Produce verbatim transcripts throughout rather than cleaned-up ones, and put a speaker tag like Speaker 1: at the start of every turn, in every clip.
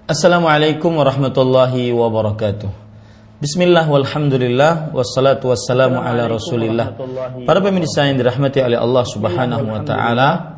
Speaker 1: Assalamualaikum warahmatullahi wabarakatuh. Bismillah walhamdulillah wassalatu wassalamu ala rasulillah. Para pemirsa yang dirahmati oleh Allah subhanahu wa ta'ala,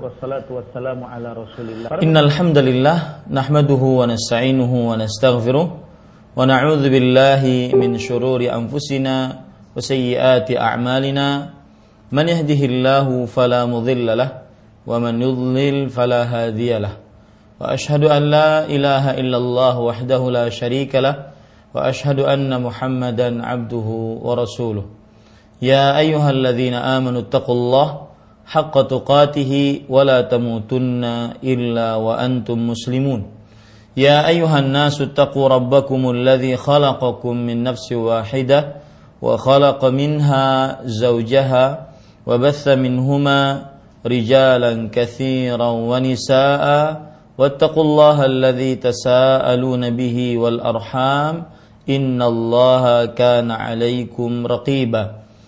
Speaker 1: innal hamdalillah nahmaduhu wa nasta'inuhu wa nastaghfiruh wa na'udzu billahi min shururi anfusina wa sayyiati a'malina. Man yahdihillahu fala mudilla lahu wa man yudlil fala hadiya lahu. Wa ashhadu an la ilaha illallah wahdahu la syarika lah wa ashhadu anna Muhammadan abduhu wa rasuluh. Ya ayyuhalladzina amanu taqullaha haqqa tuqatih wa la tamutunna illa wa antum muslimun. Ya ayyuhan nasu taqu rabbakumul ladzi khalaqakum min nafsin wahidah wa khalaqa minha zawjaha wa batha minhuma rijalan katsiran wa nisaa'a واتقوا الله الذي تساءلون به والأرحام إن الله كان عليكم رقيبا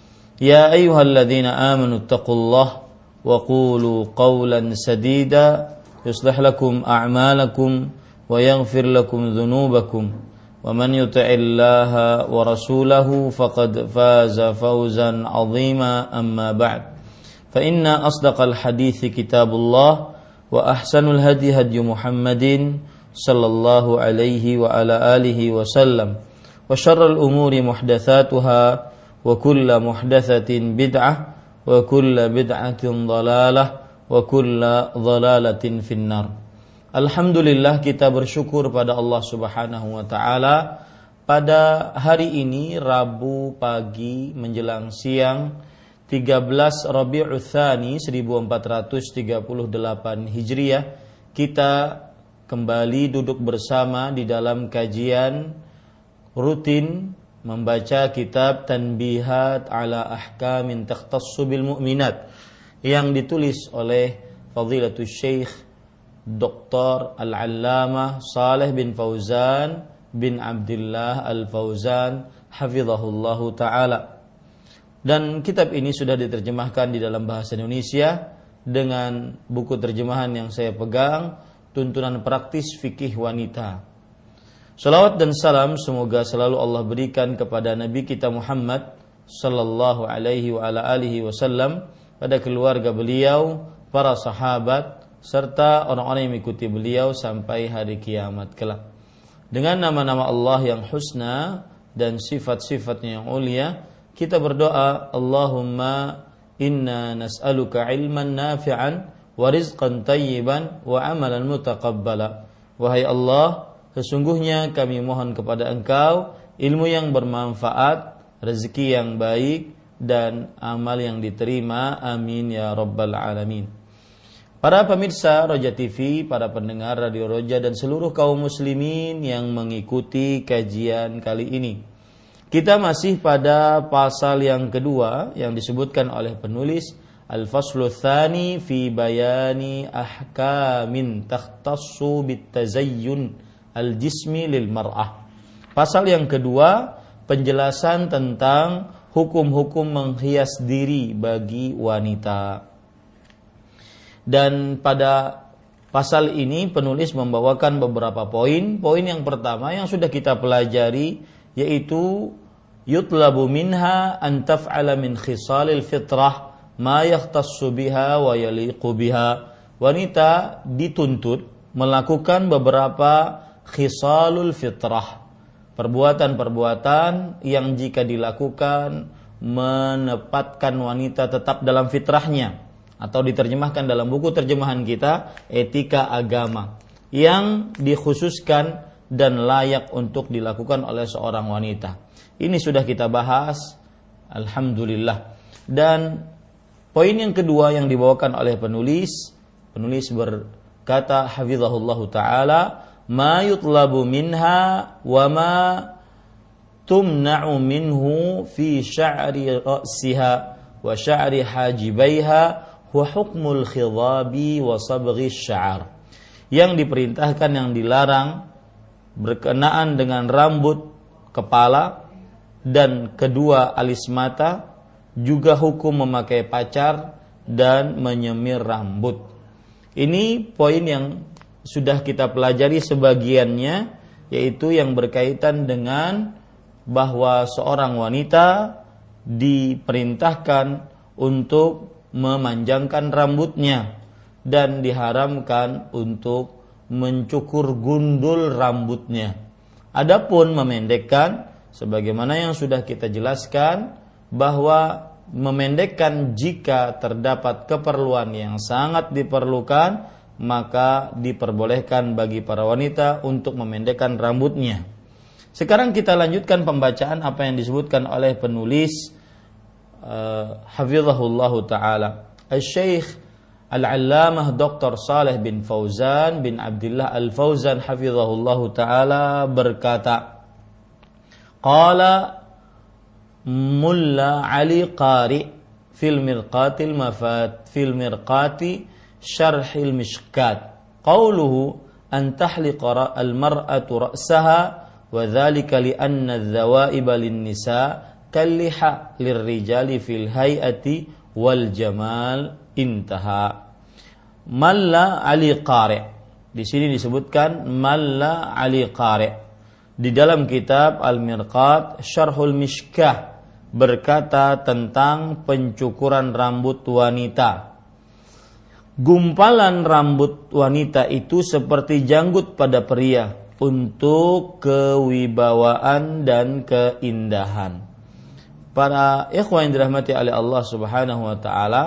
Speaker 1: يا أيها الذين آمنوا اتقوا الله وقولوا قولا سديدا يصلح لكم أعمالكم ويغفر لكم ذنوبكم ومن يطع الله ورسوله فقد فاز فوزا عظيما أما بعد فإن أصدق الحديث كتاب الله وأحسن الهدي هدي محمد صلى الله عليه وعلى آله وسلم وشر الأمور محدثاتها وكل محدثة بدعة وكل بدعة ضلالة وكل ضلالة في النار. Alhamdulillah, kita bersyukur pada Allah subhanahu wa ta'ala. Pada hari ini Rabu pagi menjelang siang tiga belas Rabiul Tsani seribu empat ratus tiga puluh delapan Hijriah, kita kembali duduk bersama di dalam kajian rutin membaca kitab Tanbihat ala Ahkamin Takhtassu bil Mu'minat yang ditulis oleh Fadilatul Syekh Doktor Al-Allamah Saleh bin Fauzan bin Abdullah Al-Fauzan hafizahullahu ta'ala. Dan kitab ini sudah diterjemahkan di dalam bahasa Indonesia dengan buku terjemahan yang saya pegang, Tuntunan Praktis Fikih Wanita. Salawat dan salam semoga selalu Allah berikan kepada Nabi kita Muhammad sallallahu alaihi wa ala alihi wasallam, pada keluarga beliau, para sahabat, serta orang-orang yang mengikuti beliau sampai hari kiamat kelak. Dengan nama-nama Allah yang husna dan sifat-sifatnya yang mulia, kita berdoa, Allahumma inna nas'aluka ilman nafi'an wa rizqan tayyiban wa amalan mutaqabbala. Wahai Allah, sesungguhnya kami mohon kepada Engkau ilmu yang bermanfaat, rezeki yang baik, dan amal yang diterima. Amin ya rabbal alamin. Para pemirsa Roja T V, para pendengar Radio Roja, dan seluruh kaum muslimin yang mengikuti kajian kali ini, kita masih pada pasal yang kedua yang disebutkan oleh penulis, Al-Faslu Tsani fi bayani ahkamin takhtassu bitazayyun al-jismi lil mar'ah. Pasal yang kedua, penjelasan tentang hukum-hukum menghias diri bagi wanita. Dan pada pasal ini penulis membawakan beberapa poin. Poin yang pertama yang sudah kita pelajari, yaitu yutlabu minha an taf'ala min khisalil fitrah ma yakhtassu biha wa yaliqu biha. Wanita dituntut melakukan beberapa khisalul fitrah, perbuatan-perbuatan yang jika dilakukan menempatkan wanita tetap dalam fitrahnya, atau diterjemahkan dalam buku terjemahan kita, etika agama, yang dikhususkan dan layak untuk dilakukan oleh seorang wanita. Ini sudah kita bahas, alhamdulillah. Dan poin yang kedua yang dibawakan oleh penulis, penulis berkata hafizahullahu ta'ala, ma yutlabu minha wa ma tumna'u minhu fi sya'ri ra'siha wa sya'ri hajibaiha wa hukmul khidabi wa sabghi sya'ar. Yang diperintahkan, yang dilarang berkenaan dengan rambut kepala dan kedua alis mata, juga hukum memakai pacar dan menyemir rambut. Ini poin yang sudah kita pelajari sebagiannya, yaitu yang berkaitan dengan bahwa seorang wanita diperintahkan untuk memanjangkan rambutnya dan diharamkan untuk mencukur gundul rambutnya. Adapun memendekkan, sebagaimana yang sudah kita jelaskan, bahwa memendekkan jika terdapat keperluan yang sangat diperlukan, maka diperbolehkan bagi para wanita untuk memendekkan rambutnya. Sekarang kita lanjutkan pembacaan apa yang disebutkan oleh penulis uh, hafizahullahu ta'ala, Al-Syekh Al-Allamah Doktor Saleh bin Fauzan bin Abdullah Al-Fauzan hafizahullahu ta'ala berkata, Qala Mulla Ali Qari fil mirqatil mafat fil mirqati syarhil mishkat qawluhu an tahliqa al-mar'atu ra'saha wa dhalika li anna adh-dhawa'iba lin-nisa kalliha lirrijali fil hay'ati wal jamal. Intaha. Malla Ali Qari. Di sini disebutkan Malla Ali Qari. Di dalam kitab Al-Mirqat Syarhul Mishkah berkata tentang pencukuran rambut wanita. Gumpalan rambut wanita itu seperti janggut pada pria untuk kewibawaan dan keindahan. Para ikhwan yang dirahmati oleh Allah Subhanahu wa taala,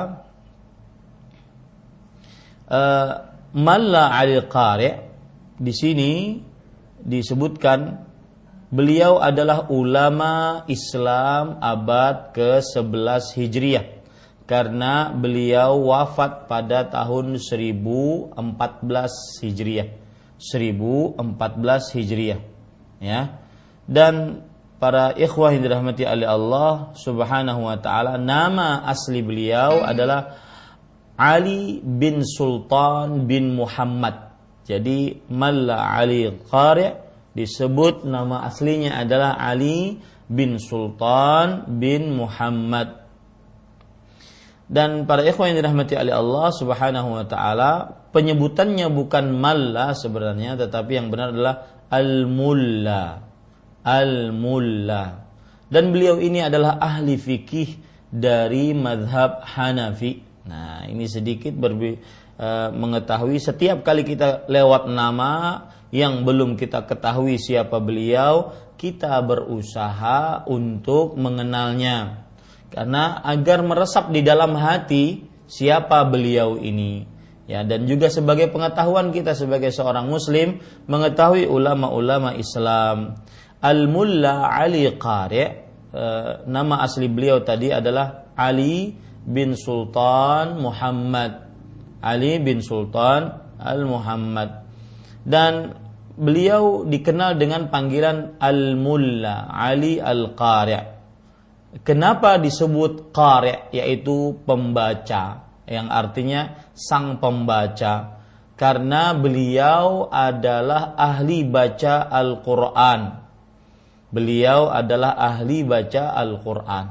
Speaker 1: Uh, Malla Ali Qari di sini disebutkan beliau adalah ulama Islam abad ke sebelas Hijriah karena beliau wafat pada tahun seribu empat belas Hijriah. seribu empat belas Hijriah, ya. Dan para ikhwah yang dirahmati oleh Allah Subhanahu wa taala, nama asli beliau adalah Ali bin Sultan bin Muhammad. Jadi Malla Ali Qari disebut nama aslinya adalah Ali bin Sultan bin Muhammad. Dan para ikhwan yang dirahmati oleh Allah Subhanahu wa taala, penyebutannya bukan Malla sebenarnya, tetapi yang benar adalah Al-Mulla. Al-Mulla. Dan beliau ini adalah ahli fikih dari mazhab Hanafi. Nah, ini sedikit berbi, uh, mengetahui setiap kali kita lewat nama yang belum kita ketahui siapa beliau, kita berusaha untuk mengenalnya. Karena agar meresap di dalam hati siapa beliau ini. Ya, dan juga sebagai pengetahuan kita sebagai seorang muslim mengetahui ulama-ulama Islam. Al-Mulla Ali Qari, uh, nama asli beliau tadi adalah Ali bin Sultan Muhammad. Ali bin Sultan Al-Muhammad. Dan beliau dikenal dengan panggilan Al-Mulla, Ali Al-Qari. Kenapa disebut Qari, yaitu pembaca, yang artinya sang pembaca? Karena beliau adalah ahli baca Al-Quran. Beliau adalah ahli baca Al-Quran.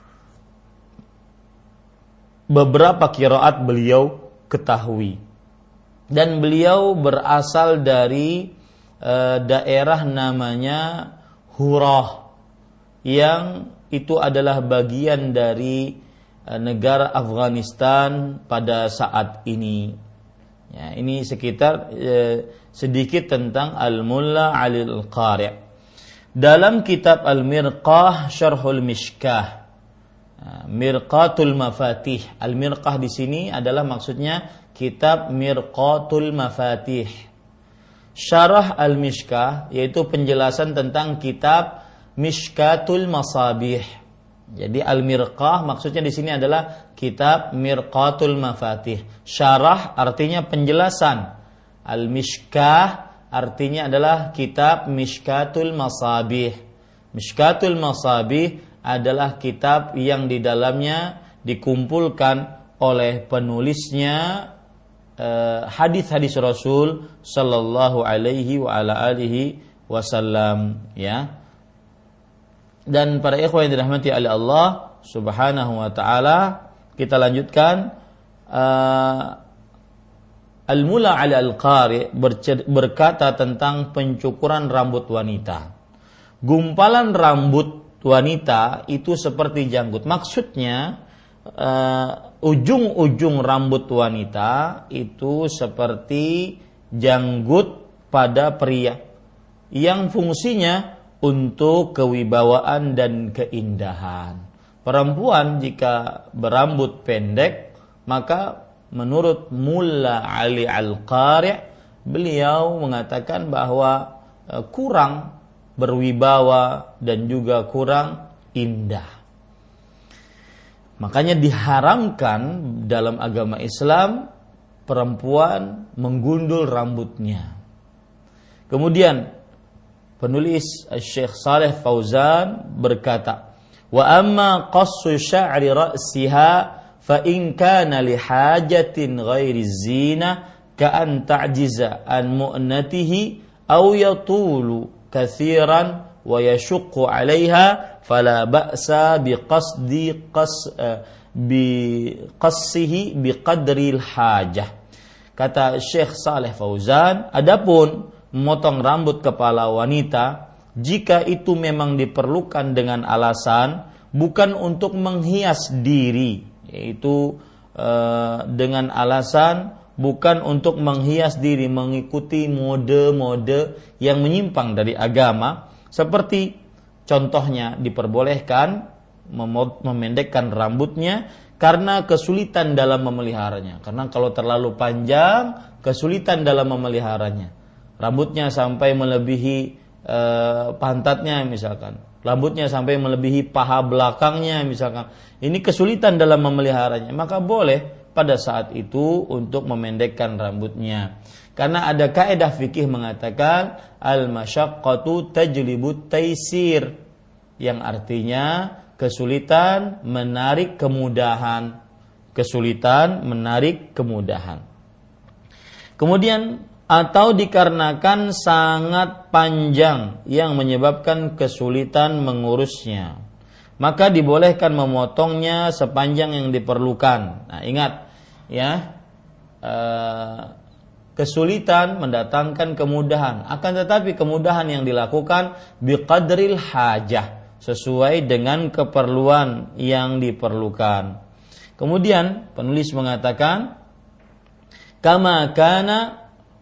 Speaker 1: Beberapa qiraat beliau ketahui, dan beliau berasal dari e, daerah namanya Hurah, yang itu adalah bagian dari e, negara Afghanistan pada saat ini. Ya, ini sekitar e, sedikit tentang Al-Mulla Ali Al-Qari. Dalam kitab Al-Mirqah Syarhul Mishkah, Mirqatul Mafatih. Al-Mirqah di sini adalah maksudnya kitab Mirqatul Mafatih. Syarah Al-Mishkah yaitu penjelasan tentang kitab Mishkatul Masabih. Jadi Al-Mirqah maksudnya di sini adalah kitab Mirqatul Mafatih. Syarah artinya penjelasan. Al-Mishkah artinya adalah kitab Mishkatul Masabih. Mishkatul Masabih adalah kitab yang di dalamnya dikumpulkan oleh penulisnya eh, hadis-hadis Rasul sallallahu alaihi wa ala alihi wasallam, ya. Dan para ikhwan yang dirahmati oleh Allah Subhanahu wa taala, kita lanjutkan uh, Al-Mula ala Al-Qari berkata tentang pencukuran rambut wanita. Gumpalan rambut wanita itu seperti janggut. Maksudnya uh, ujung-ujung rambut wanita itu seperti janggut pada pria yang fungsinya untuk kewibawaan dan keindahan. Perempuan jika berambut pendek, maka menurut Mulla Ali Al-Qari, beliau mengatakan bahwa uh, kurang berwibawa dan juga kurang indah. Makanya diharamkan dalam agama Islam perempuan menggundul rambutnya. Kemudian penulis Syekh Saleh Fauzan berkata, wa amma qassu sya'ri ra'siha fa in kana li hajatin ghairi zina ka an ta'jiza an mu'natihi aw yatulu katsiran wa yashuqqu 'alayha fala ba'sa biqasdi qas biqassihi biqadri al-hajah. Kata Syekh Saleh Fauzan, adapun memotong rambut kepala wanita jika itu memang diperlukan dengan alasan bukan untuk menghias diri, yaitu uh, dengan alasan bukan untuk menghias diri, mengikuti mode-mode yang menyimpang dari agama, seperti contohnya diperbolehkan memendekkan rambutnya karena kesulitan dalam memeliharanya. Karena kalau terlalu panjang, kesulitan dalam memeliharanya. Rambutnya sampai melebihi uh, pantatnya misalkan, rambutnya sampai melebihi paha belakangnya misalkan, ini kesulitan dalam memeliharanya, maka boleh pada saat itu untuk memendekkan rambutnya. Karena ada kaidah fikih mengatakan al-masyaqqatu tajlibut taisir, yang artinya kesulitan menarik kemudahan. Kesulitan menarik kemudahan. Kemudian atau dikarenakan sangat panjang yang menyebabkan kesulitan mengurusnya, maka dibolehkan memotongnya sepanjang yang diperlukan. Nah, ingat ya, eh, kesulitan mendatangkan kemudahan, akan tetapi kemudahan yang dilakukan biqadril hajah, sesuai dengan keperluan yang diperlukan. Kemudian penulis mengatakan, kama kana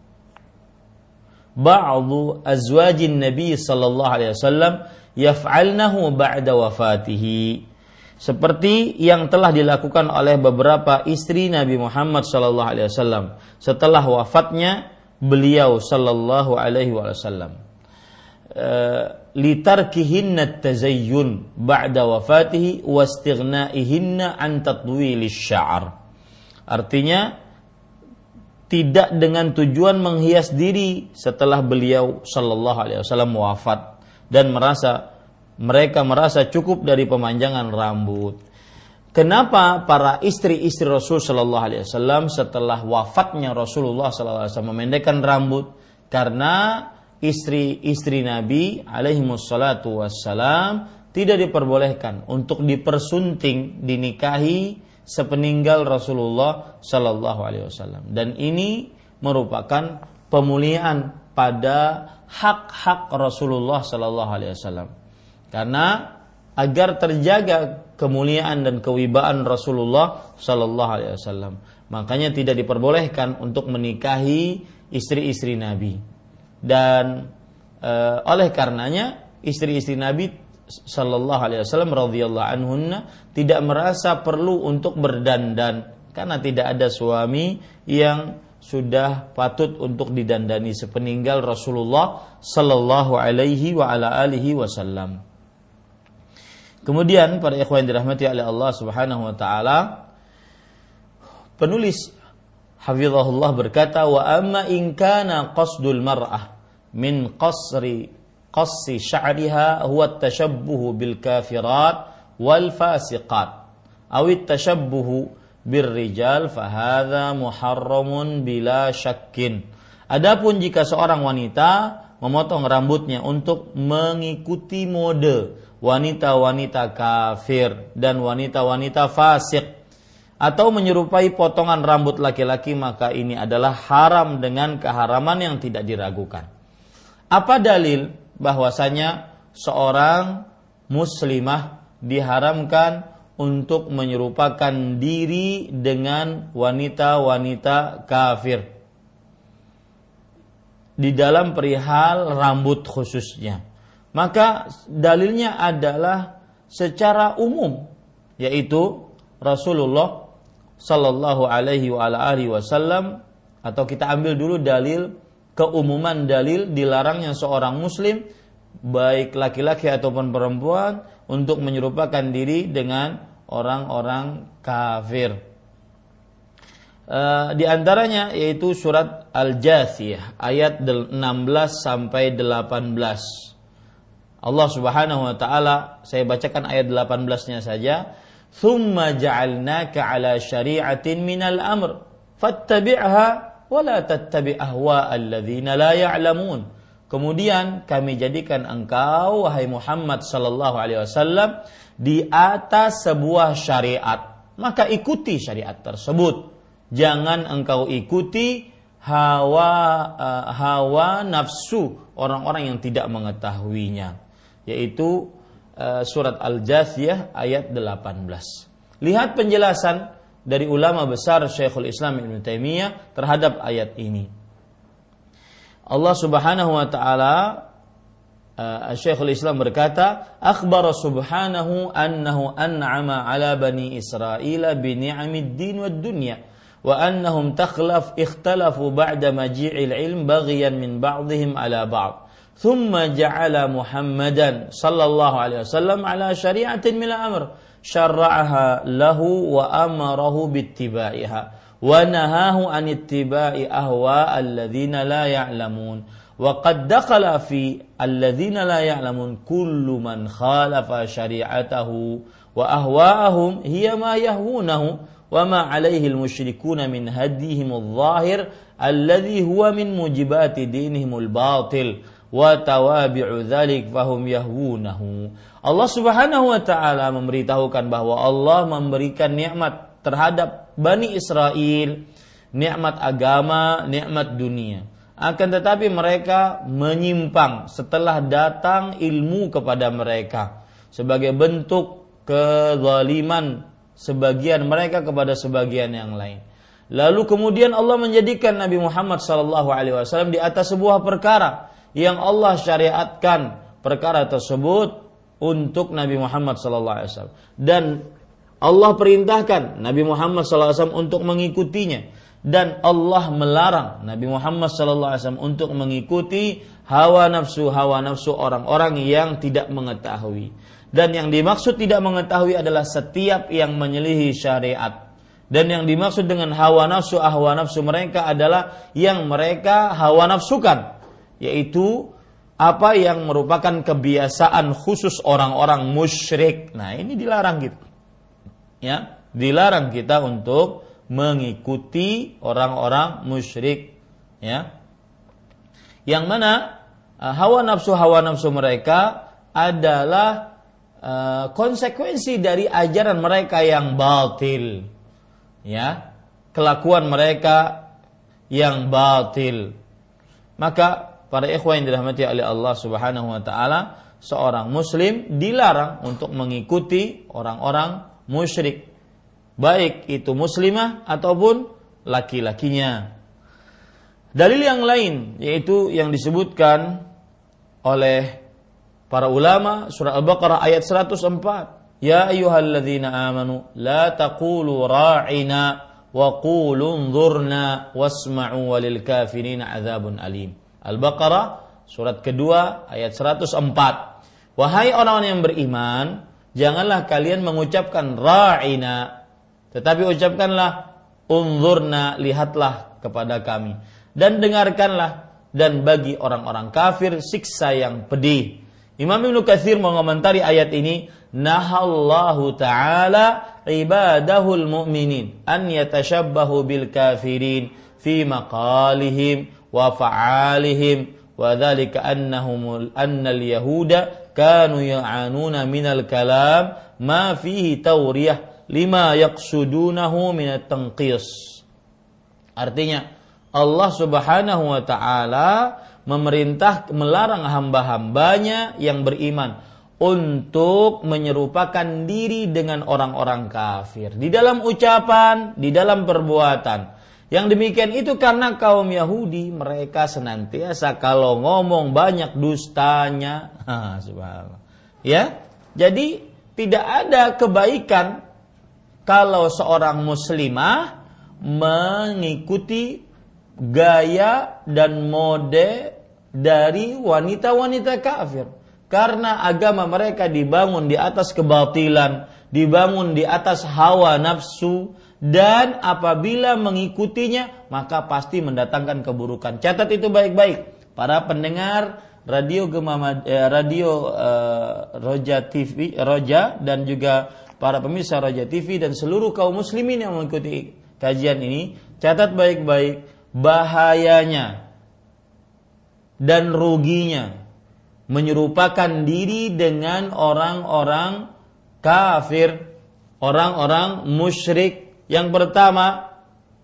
Speaker 1: ba'du azwajin Nabi sallallahu alaihi wasallam yaf'alnahu ba'da wafatihi, seperti yang telah dilakukan oleh beberapa istri Nabi Muhammad sallallahu alaihi wasallam setelah wafatnya beliau sallallahu alaihi wasallam, litarkihinna tazayyun ba'da wafatihi wastighnaihinna an tatwilish sya'r. Artinya tidak dengan tujuan menghias diri setelah beliau sallallahu alaihi wasallam wafat dan merasa mereka merasa cukup dari pemanjangan rambut. Kenapa para istri-istri Rasul sallallahu alaihi wasallam setelah wafatnya Rasulullah sallallahu alaihi wasallam memendekkan rambut? Karena istri-istri Nabi alaihi wassalatu wassalam tidak diperbolehkan untuk dipersunting, dinikahi sepeninggal Rasulullah sallallahu alaihi wasallam, dan ini merupakan pemuliaan pada hak-hak Rasulullah sallallahu alaihi wasallam. Karena agar terjaga kemuliaan dan kewibaan Rasulullah sallallahu alaihi wasallam, makanya tidak diperbolehkan untuk menikahi istri-istri Nabi. Dan e, oleh karenanya istri-istri Nabi sallallahu alaihi wasallam radhiyallahu anhunna tidak merasa perlu untuk berdandan, karena tidak ada suami yang sudah patut untuk didandani sepeninggal Rasulullah sallallahu alaihi wa ala alihi wasallam. Kemudian para ikhwan dirahmati oleh Allah Subhanahu wa taala, penulis hafizahullah berkata, wa amma in kana qasdul mar'ah min qasri qassi sya'riha huwa at-tashabbuh bil kafirat wal fasiqat aw at-tashabbuh bir rijal fa hadza muharramun bila syakkin. Adapun jika seorang wanita memotong rambutnya untuk mengikuti mode wanita-wanita kafir dan wanita-wanita fasik, atau menyerupai potongan rambut laki-laki, maka ini adalah haram dengan keharaman yang tidak diragukan. Apa dalil bahwasanya seorang muslimah diharamkan untuk menyerupakan diri dengan wanita-wanita kafir di dalam perihal rambut khususnya? Maka dalilnya adalah secara umum, yaitu Rasulullah sallallahu alaihi wa ala alihi wasallam, atau kita ambil dulu dalil keumuman dalil dilarangnya seorang muslim baik laki-laki ataupun perempuan untuk menyerupakan diri dengan orang-orang kafir. E, di antaranya yaitu surat Al-Jathiyah ayat enam belas sampai delapan belas. Allah Subhanahu wa taala, saya bacakan ayat delapan belas-nya saja. Tsumma ja'alnaka 'ala syari'atin minal amr fattabi'ha wa la tattabi' ahwa'al ladzina la ya'lamun. Kemudian kami jadikan engkau wahai Muhammad sallallahu alaihi wasallam di atas sebuah syariat, maka ikuti syariat tersebut. Jangan engkau ikuti hawa uh, hawa nafsu orang-orang yang tidak mengetahuinya. Yaitu uh, surat Al-Jathiyah ayat delapan belas. Lihat penjelasan dari ulama besar Syekhul Islam Ibnu Taimiyah terhadap ayat ini. Allah Subhanahu wa taala, uh, Syekhul Islam berkata, akhbara subhanahu annahu an'ama ala bani Israil bi ni'amid din wad dunya wa annahum takhlaf ikhtalafu ba'da maji'il ilm baghyan min ba'dihim ala ba'd. ثم جعل محمدا صلى الله عليه وسلم على شريعة من الأمر شرعها له وأمره باتباعها ونهاه عن اتباع أهواء الذين لا يعلمون وقد دخل في الذين لا يعلمون كل من خالف شريعته وأهواءهم هي ما يهونه وما عليه المشركون من هديهم الظاهر الذي هو من موجبات دينهم الباطل wa tawabi'u dzalik fahum yahwunahu. Allah Subhanahu wa taala memberitahukan bahwa Allah memberikan nikmat terhadap Bani Israel, nikmat agama, nikmat dunia. Akan tetapi mereka menyimpang setelah datang ilmu kepada mereka sebagai bentuk kezaliman sebagian mereka kepada sebagian yang lain. Lalu kemudian Allah menjadikan Nabi Muhammad sallallahu alaihi wasallam di atas sebuah perkara yang Allah syariatkan perkara tersebut untuk Nabi Muhammad sallallahu alaihi wasallam, dan Allah perintahkan Nabi Muhammad sallallahu alaihi wasallam untuk mengikutinya, dan Allah melarang Nabi Muhammad sallallahu alaihi wasallam untuk mengikuti hawa nafsu hawa nafsu orang-orang yang tidak mengetahui. Dan yang dimaksud tidak mengetahui adalah setiap yang menyelisihi syariat. Dan yang dimaksud dengan hawa nafsu hawa nafsu mereka adalah yang mereka hawa nafsukan, yaitu apa yang merupakan kebiasaan khusus orang-orang musyrik. Nah, ini dilarang kita. Ya, dilarang kita untuk mengikuti orang-orang musyrik, ya. Yang mana uh, hawa nafsu hawa nafsu mereka adalah uh, konsekuensi dari ajaran mereka yang batil. Ya, kelakuan mereka yang batil. Maka para ikhwan yang dirahmati oleh Allah Subhanahu wa taala, seorang muslim dilarang untuk mengikuti orang-orang musyrik, baik itu muslimah ataupun laki-lakinya. Dalil yang lain yaitu yang disebutkan oleh para ulama surah Al-Baqarah ayat seratus empat. Ya ayyuhalladzina amanu la taqulu ra'ina wa qulu unzurna wasma'u walil kafirina adzabun alim. Al-Baqarah surat kedua ayat seratus empat. Wahai orang-orang yang beriman, janganlah kalian mengucapkan ra'ina, tetapi ucapkanlah unzurna, lihatlah kepada kami, dan dengarkanlah, dan bagi orang-orang kafir siksa yang pedih. Imam Ibnu Katsir mengomentari ayat ini, nahallahu ta'ala ibadahul mu'minin an yatashabbahu bil kafirin fi maqalihim wa fa'alihim wa dzalika annahum annal yahuda kanu ya'anuna minal kalam ma fihi tawriyah lima yaqsudunahu minat tanqis. Artinya Allah Subhanahu wa taala memerintah melarang hamba-hambanya yang beriman untuk menyerupakan diri dengan orang-orang kafir di dalam ucapan, di dalam perbuatan. Yang demikian itu karena kaum Yahudi mereka senantiasa kalau ngomong banyak dustanya. Ha, subhanallah. Ya, jadi tidak ada kebaikan kalau seorang muslimah mengikuti gaya dan mode dari wanita-wanita kafir. Karena agama mereka dibangun di atas kebatilan, dibangun di atas hawa nafsu, dan apabila mengikutinya maka pasti mendatangkan keburukan. Catat itu baik-baik para pendengar radio Gemama, eh, radio eh, Roja T V, Roja, dan juga para pemirsa Roja T V dan seluruh kaum muslimin yang mengikuti kajian ini. Catat baik-baik bahayanya dan ruginya menyerupakan diri dengan orang-orang kafir, orang-orang musyrik. Yang pertama,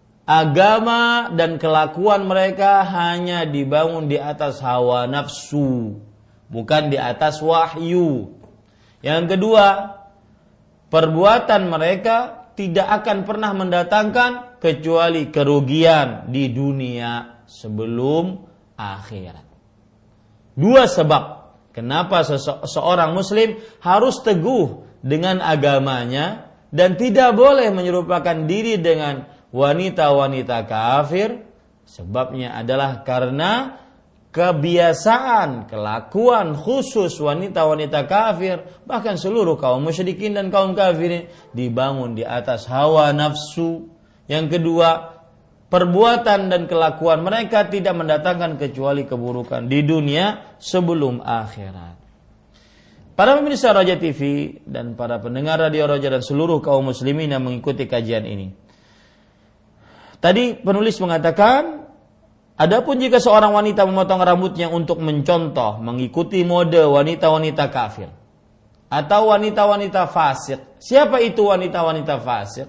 Speaker 1: agama dan kelakuan mereka hanya dibangun di atas hawa nafsu, bukan di atas wahyu. Yang kedua, perbuatan mereka tidak akan pernah mendatangkan kecuali kerugian di dunia sebelum akhirat. Dua sebab kenapa sese- seorang muslim harus teguh dengan agamanya dan tidak boleh menyerupakan diri dengan wanita-wanita kafir. Sebabnya adalah karena kebiasaan, kelakuan khusus wanita-wanita kafir, bahkan seluruh kaum musyrikin dan kaum kafirin dibangun di atas hawa nafsu. Yang kedua, perbuatan dan kelakuan mereka tidak mendatangkan kecuali keburukan di dunia sebelum akhirat. Para pemirsa Roja T V dan para pendengar radio Roja dan seluruh kaum muslimin yang mengikuti kajian ini. Tadi penulis mengatakan, adapun jika seorang wanita memotong rambutnya untuk mencontoh, mengikuti mode wanita-wanita kafir atau wanita-wanita fasik. Siapa itu wanita-wanita fasik?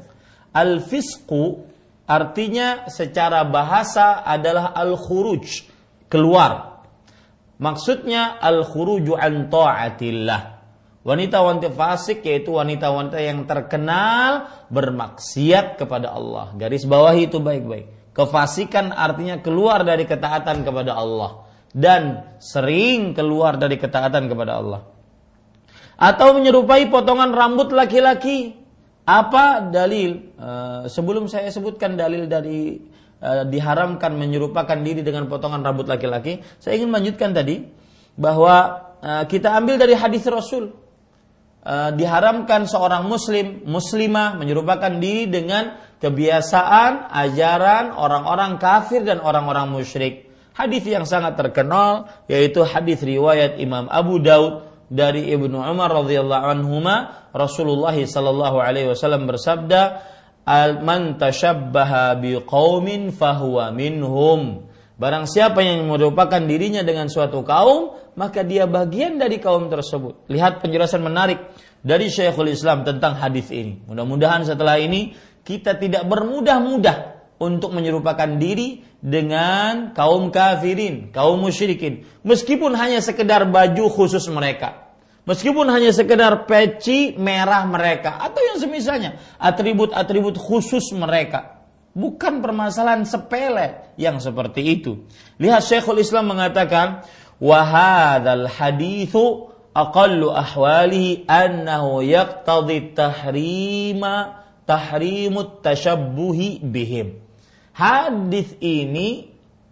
Speaker 1: Al-fisqu artinya secara bahasa adalah al-khuruj, keluar. Maksudnya al-khuruju an ta'atillah. Wanita-wanita fasik yaitu wanita-wanita yang terkenal bermaksiat kepada Allah. Garis bawahi itu baik-baik. Kefasikan artinya keluar dari ketaatan kepada Allah dan sering keluar dari ketaatan kepada Allah. Atau menyerupai potongan rambut laki-laki. Apa dalil? Uh, sebelum saya sebutkan dalil dari Uh, diharamkan menyerupakan diri dengan potongan rambut laki-laki, saya ingin melanjutkan tadi bahwa uh, kita ambil dari hadis Rasul, uh, diharamkan seorang muslim, muslimah menyerupakan diri dengan kebiasaan, ajaran orang-orang kafir dan orang-orang musyrik. Hadis yang sangat terkenal yaitu hadis riwayat Imam Abu Daud dari Ibnu Umar radhiyallahu anhuma, Rasulullah sallallahu alaihi wasallam bersabda, "Man tashabbaha biqaumin fahuwa minhum." Barang siapa yang merupakan dirinya dengan suatu kaum, maka dia bagian dari kaum tersebut. Lihat penjelasan menarik dari Syekhul Islam tentang hadis ini. Mudah-mudahan setelah ini kita tidak bermudah-mudah untuk menyerupakan diri dengan kaum kafirin, kaum musyrikin, meskipun hanya sekedar baju khusus mereka. Meskipun hanya sekedar peci merah mereka atau yang semisalnya, atribut-atribut khusus mereka. Bukan permasalahan sepele yang seperti itu. Lihat Syekhul Islam mengatakan, wa hadzal haditsu aqallu ahwalihi annahu yaqtadi tahrima tahrimut tashabbuhi bihim. Hadis ini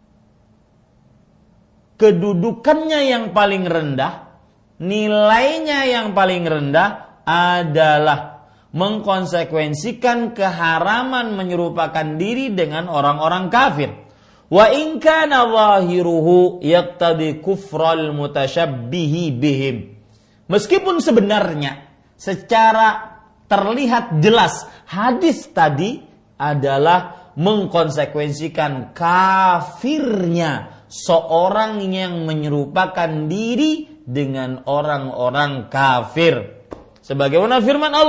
Speaker 1: kedudukannya yang paling rendah, nilainya yang paling rendah adalah mengkonsekuensikan keharaman menyerupakan diri dengan orang-orang kafir. Wa in kana zahiruhu yaqtadi kufral mutashabbihi bihim. Meskipun sebenarnya secara terlihat jelas hadis tadi adalah mengkonsekuensikan kafirnya seorang yang menyerupakan diri dengan orang-orang kafir. Sebagaimana firman Allah,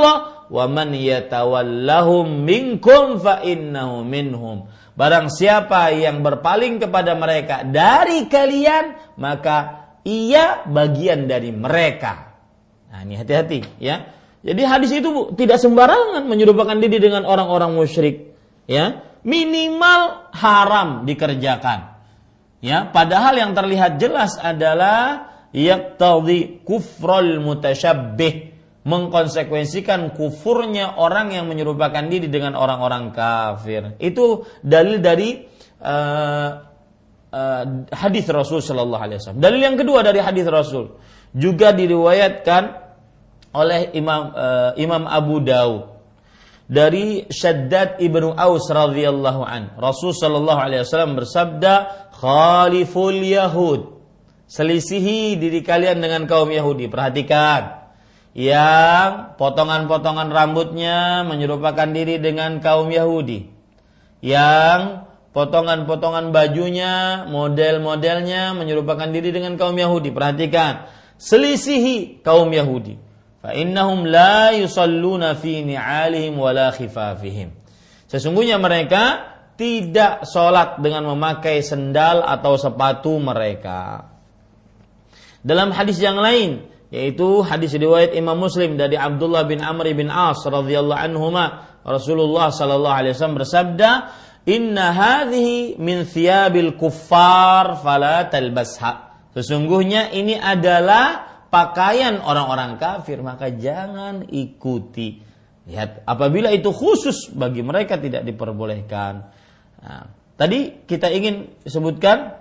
Speaker 1: wa man yatawallahum minkum fa innahu minhum. Barang siapa yang berpaling kepada mereka dari kalian, maka ia bagian dari mereka. Nah, ini hati-hati ya. Jadi hadis itu tidak sembarangan menyerupakan diri dengan orang-orang musyrik, ya. Minimal haram dikerjakan. Ya, padahal yang terlihat jelas adalah yaqtadhi kufrul mutasyabbih, mengkonsekuensikan kufurnya orang yang menyerupakan diri dengan orang-orang kafir. Itu dalil dari uh, uh, hadis Rasul sallallahu alaihi wasallam. Dalil yang kedua dari hadis Rasul juga diriwayatkan oleh Imam uh, Imam Abu Daud dari Shaddad ibnu Aus radhiyallahu an. Rasul sallallahu alaihi wasallam bersabda, "Khaliful Yahud." Selisihi diri kalian dengan kaum Yahudi. Perhatikan, yang potongan-potongan rambutnya menyerupakan diri dengan kaum Yahudi, yang potongan-potongan bajunya, model-modelnya menyerupakan diri dengan kaum Yahudi. Perhatikan, selisihi kaum Yahudi. Fa innahum la yusalluna fi ni'alihim wala khifafihim. Sesungguhnya mereka tidak sholat dengan memakai sendal atau sepatu mereka. Dalam hadis yang lain, yaitu hadis riwayat Imam Muslim dari Abdullah bin Amr bin As radhiyallahu anhuma, Rasulullah sallallahu alaihi wasallam bersabda, "Inna hadhihi min thiyabil kuffar fala talbasha." Sesungguhnya ini adalah pakaian orang-orang kafir, maka jangan ikuti. Lihat, apabila itu khusus bagi mereka tidak diperbolehkan. Nah, tadi kita ingin sebutkan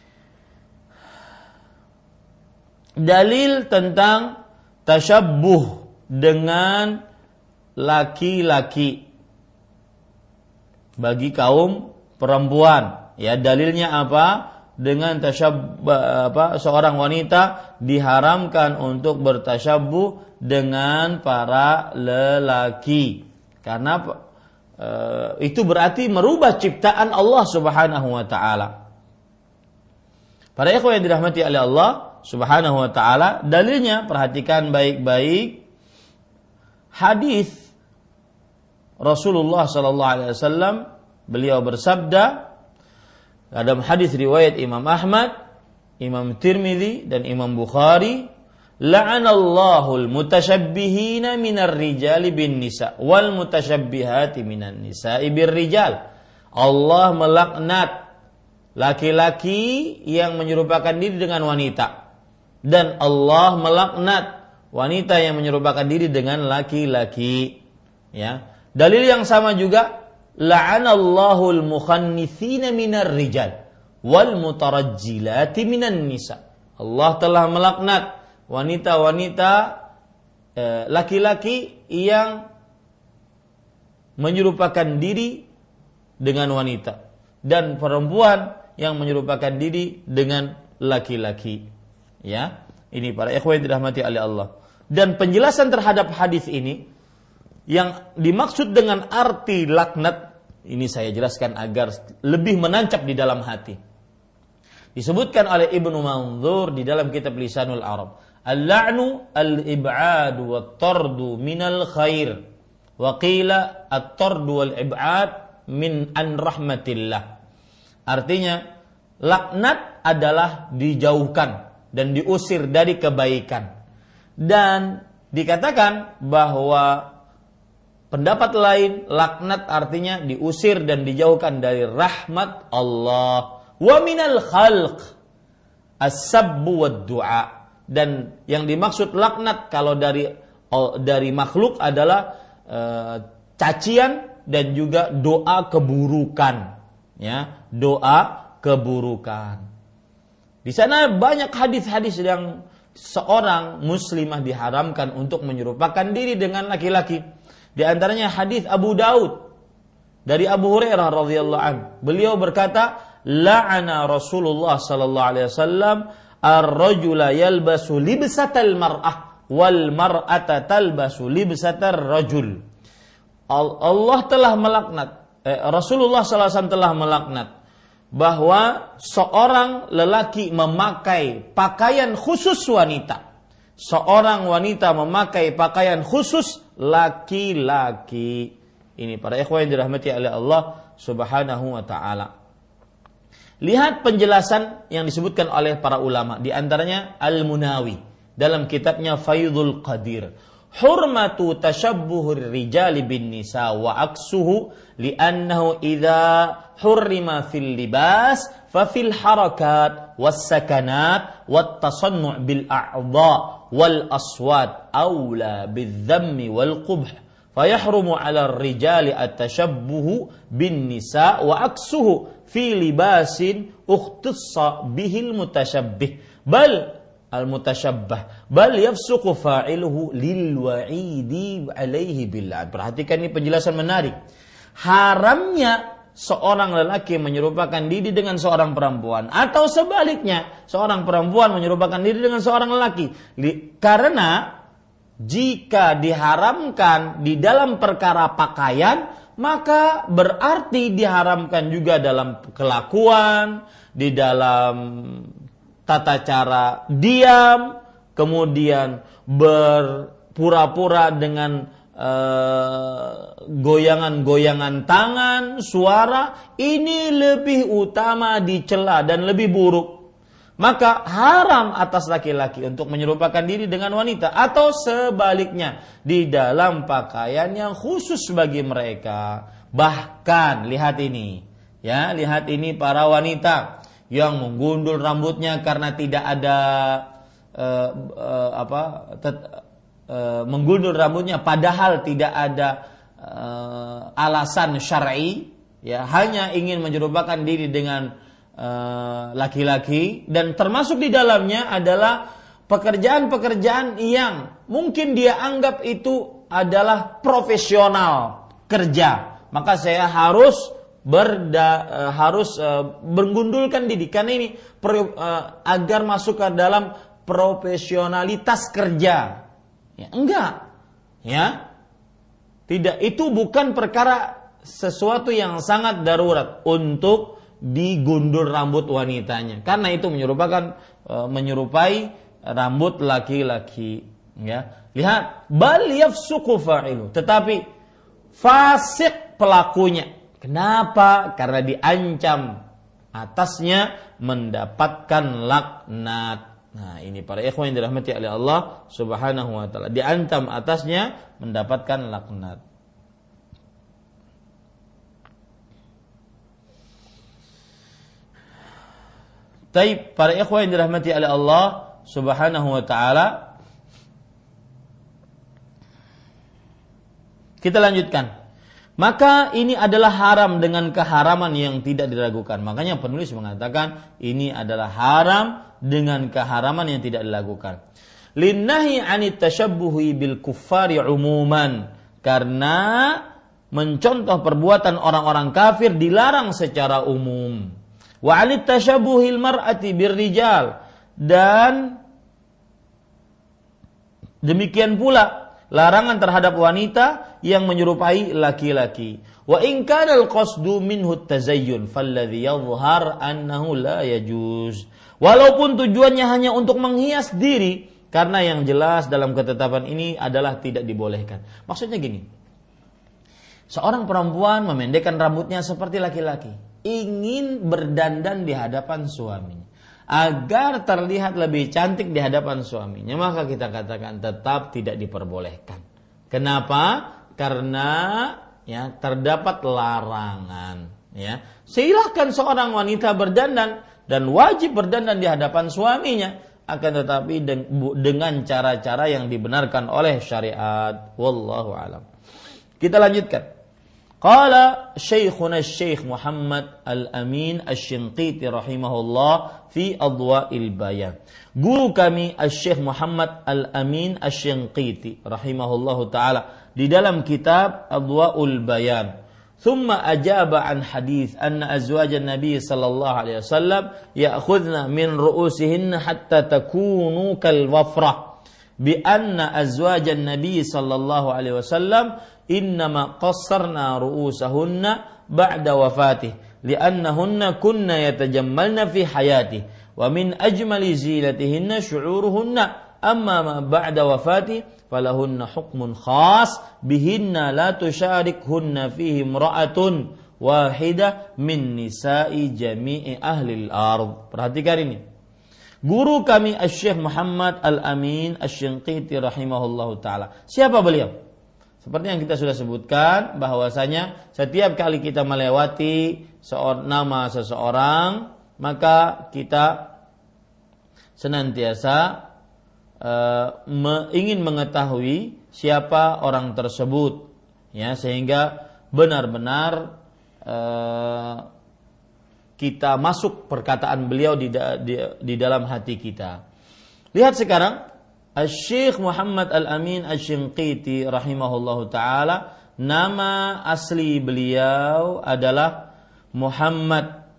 Speaker 1: dalil tentang tasyabbuh dengan laki-laki bagi kaum perempuan. Ya, dalilnya apa? Dengan tasyabbuh, apa, seorang wanita diharamkan untuk bertasyabbuh dengan para lelaki. Karena e, itu berarti merubah ciptaan Allah Subhanahu wa taala. Para ikhwan yang dirahmati oleh Allah Subhanahu wa taala, dalilnya perhatikan baik-baik hadis Rasulullah sallallahu alaihi wasallam. Beliau bersabda dalam hadis riwayat Imam Ahmad, Imam Tirmidzi dan Imam Bukhari, la'anallahu al-mutasyabbihina minar rijali bin nisa wal mutasyabbihati minan nisa'i bir rijal. Allah melaknat laki-laki yang menyerupakan diri dengan wanita, dan Allah melaknat wanita yang menyerupakan diri dengan laki-laki. Ya, dalil yang sama juga, la'anallahu al-mukhannithina minar rijal wal mutarajjilati minan nisa. Allah telah melaknat wanita-wanita eh, laki-laki yang menyerupakan diri dengan wanita, dan perempuan yang menyerupakan diri dengan laki-laki. Ya, ini para ikhwan dirahmati oleh Allah. Dan penjelasan terhadap hadis ini yang dimaksud dengan arti laknat ini saya jelaskan agar lebih menancap di dalam hati. Disebutkan oleh Ibnu Manzur di dalam kitab Lisanul Arab, al-la'nu al-ib'adu wat-tardu minal khair, wa qila at-tardu wal-ib'ad min an rahmatillah. Artinya, laknat adalah dijauhkan dan diusir dari kebaikan. Dan dikatakan bahwa pendapat lain, laknat artinya diusir dan dijauhkan dari rahmat Allah. Wa minal khalq as-sabbu wad-du'a. Dan yang dimaksud laknat kalau dari dari makhluk adalah e, cacian dan juga doa keburukan. Ya, doa keburukan. Di sana banyak hadis-hadis yang seorang muslimah diharamkan untuk menyerupakan diri dengan laki-laki. Di antaranya hadis Abu Daud dari Abu Hurairah radhiyallahu anhu. Beliau berkata, la'ana Rasulullah sallallahu alaihi wasallam ar-rajula yalbasu libsatal mar'ah wal mar'ata talbasu libsatar rajul. Allah telah melaknat, eh, Rasulullah sallallahu alaihi wasallam telah melaknat bahwa seorang lelaki memakai pakaian khusus wanita, seorang wanita memakai pakaian khusus laki-laki. Ini para ikhwan yang dirahmati oleh Allah Subhanahu wa taala. Lihat penjelasan yang disebutkan oleh para ulama, di antaranya Al-Munawi dalam kitabnya Faidul Qadir. Hurmatu tashabbuhur rijali bin nisa wa aksuhu li'annahu idza hurrima fil libas fa fil harakat was sakanat wat tasannu' bil a'dha wal aswat aula bil dhammi wal qubh fayahrumu 'ala ar-rijali at-tashabbuhu bin nisa wa aksuhu fi libasin ukhtassa bihil mutashabbih bal al-mutashabbah bal yafsuqu fa'iluhu lil wa'idi alaihi bil'ad. Perhatikan ini penjelasan menarik. Haramnya seorang lelaki menyerupakan diri dengan seorang perempuan atau sebaliknya seorang perempuan menyerupakan diri dengan seorang lelaki, karena jika diharamkan di dalam perkara pakaian, maka berarti diharamkan juga dalam kelakuan, di dalam tata cara diam, kemudian berpura-pura dengan uh, goyangan-goyangan tangan, suara, ini lebih utama dicela dan lebih buruk. Maka haram atas laki-laki untuk menyerupakan diri dengan wanita atau sebaliknya di dalam pakaian yang khusus bagi mereka. Bahkan lihat ini, ya, lihat ini para wanita yang menggundul rambutnya karena tidak ada uh, uh, apa tet, uh, menggundul rambutnya padahal tidak ada uh, alasan syar'i, ya, hanya ingin menyerupakan diri dengan laki-laki, dan termasuk di dalamnya adalah pekerjaan-pekerjaan yang mungkin dia anggap itu adalah profesional kerja, maka saya harus berda, harus menggundulkan diri karena ini per, agar masuk ke dalam profesionalitas kerja. Ya, enggak, ya, tidak, itu bukan perkara sesuatu yang sangat darurat untuk digundul rambut wanitanya, karena itu menyerupakan e, menyerupai rambut laki-laki, ya. Lihat, bal yafsuqu fa'ilu, tetapi fasik pelakunya. Kenapa? Karena diancam atasnya mendapatkan laknat. Nah, ini para ikhwan yang dirahmati oleh Allah Subhanahu wa taala, diancam atasnya mendapatkan laknat. Taib, para ikhwan yang dirahmati oleh Allah Subhanahu wa taala, kita lanjutkan. Maka ini adalah haram dengan keharaman yang tidak diragukan. Makanya penulis mengatakan ini adalah haram dengan keharaman yang tidak dilakukan. Linnahi 'anit tashabbuhi bil kuffari 'umuman, karena mencontoh perbuatan orang-orang kafir dilarang secara umum. Wa 'anit tashabbuhil mar'ati birrijal, dan demikian pula larangan terhadap wanita yang menyerupai laki-laki. Wa in kana al-qasdu minhu at-tazayyun falladhi yadhhar annahu la yajuz. Walaupun tujuannya hanya untuk menghias diri, karena yang jelas dalam ketetapan ini adalah tidak dibolehkan. Maksudnya gini, seorang perempuan memendekkan rambutnya seperti laki-laki, ingin berdandan di hadapan suaminya agar terlihat lebih cantik di hadapan suaminya, maka kita katakan tetap tidak diperbolehkan. Kenapa? Karena ya terdapat larangan. Ya, silakan seorang wanita berdandan dan wajib berdandan di hadapan suaminya, akan tetapi dengan cara-cara yang dibenarkan oleh syariat. Wallahu alam. Kita lanjutkan. Qala Syekhuna Syekh Muhammad Al-Amin Asy-Shinqiti rahimahullah fi Adwa'il Bayan. Guru kami Syekh Muhammad Al-Amin Asy-Shinqiti rahimahullahu taala di dalam kitab Adwa'ul Bayan. Thumma ajaba an hadits anna azwajan Nabi sallallahu alaihi wasallam ya'khudna min ru'usihinna hatta takunu kal wafrah bi anna azwajan Nabi sallallahu alaihi wasallam innama qassarna ru'usahunna ba'da wafatih li'annahunna kunna yatajammalna fi hayatih wa min ajmali zinatihinna syu'uruhunna amma ma ba'da wafati falahunna hukmun khas bihinna la tusyarikhunna fihi imra'atun wahidah min nisa'i jami'i ahli al-ard. Perhatikan ini. Guru kami Asy-Syaikh Muhammad Al-Amin Asy-Shinqiti rahimahullahu taala. Siapa beliau? Seperti yang kita sudah sebutkan bahwasanya setiap kali kita melewati seorang nama seseorang, maka kita senantiasa uh, me, ingin mengetahui siapa orang tersebut, ya, sehingga benar-benar uh, kita masuk perkataan beliau di, di, di dalam hati kita. Lihat sekarang Asy-Syaikh Muhammad Al-Amin Asy-Shinqiti rahimahullahu taala, nama asli beliau adalah Muhammad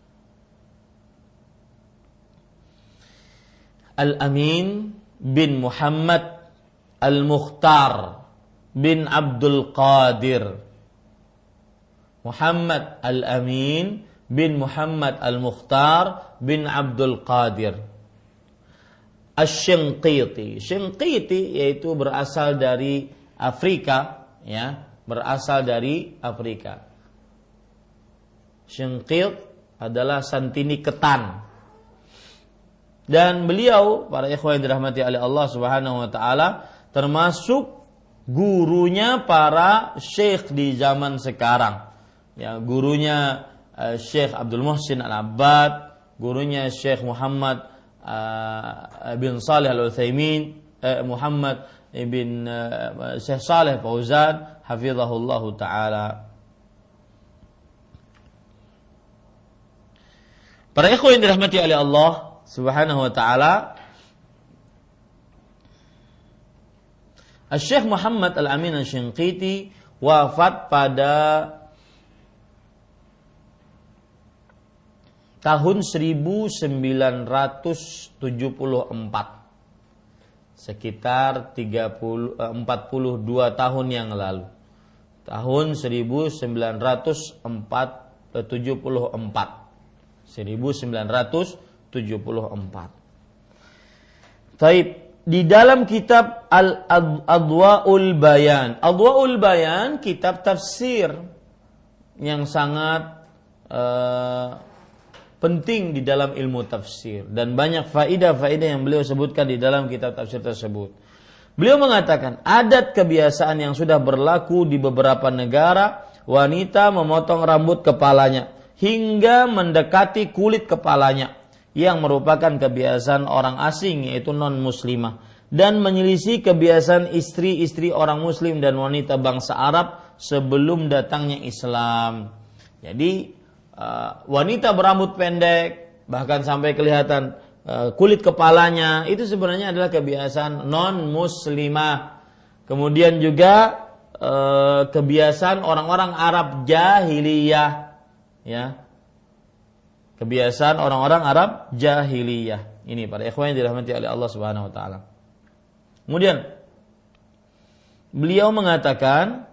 Speaker 1: Al-Amin bin Muhammad Al-Mukhtar bin Abdul Qadir. Muhammad Al-Amin bin Muhammad Al-Mukhtar bin Abdul Qadir Asy-Shinqiti. Shinqiti yaitu berasal dari Afrika, ya, berasal dari Afrika. Shinqit adalah santini ketan. Dan beliau, para ikhwan yang dirahmati oleh Allah Subhanahu wa taala, termasuk gurunya para syekh di zaman sekarang. Ya, gurunya uh, Syekh Abdul Muhsin Al-Abbad, gurunya Syekh Muhammad uh, bin Salih Al-Utsaimin, uh, Muhammad bin uh, Syekh Saleh Fauzan hafizahullahu taala. Para ikhwan yang dirahmati oleh Allah Subhanahu wa taala, Asy-Syaikh Muhammad Al-Amin Asy-Shinqiti wafat pada tahun seribu sembilan ratus tujuh puluh empat, sekitar empat puluh dua tahun yang lalu. Tahun seribu sembilan ratus tujuh puluh empat. seribu sembilan ratus tujuh puluh empat. Taib, di dalam kitab Al-Adwa'ul Bayan. Adwa'ul Bayan kitab tafsir yang sangat uh, penting di dalam ilmu tafsir dan banyak faedah-faedah yang beliau sebutkan di dalam kitab tafsir tersebut. Beliau mengatakan adat kebiasaan yang sudah berlaku di beberapa negara, wanita memotong rambut kepalanya hingga mendekati kulit kepalanya, yang merupakan kebiasaan orang asing yaitu non-muslimah, dan menyelisih kebiasaan istri-istri orang muslim dan wanita bangsa Arab sebelum datangnya Islam. Jadi uh, wanita berambut pendek bahkan sampai kelihatan uh, kulit kepalanya, itu sebenarnya adalah kebiasaan non-muslimah. Kemudian juga uh, kebiasaan orang-orang Arab jahiliyah, ya, kebiasaan orang-orang Arab jahiliyah. Ini para ikhwan yang dirahmati oleh Allah Subhanahu wa taala. Kemudian beliau mengatakan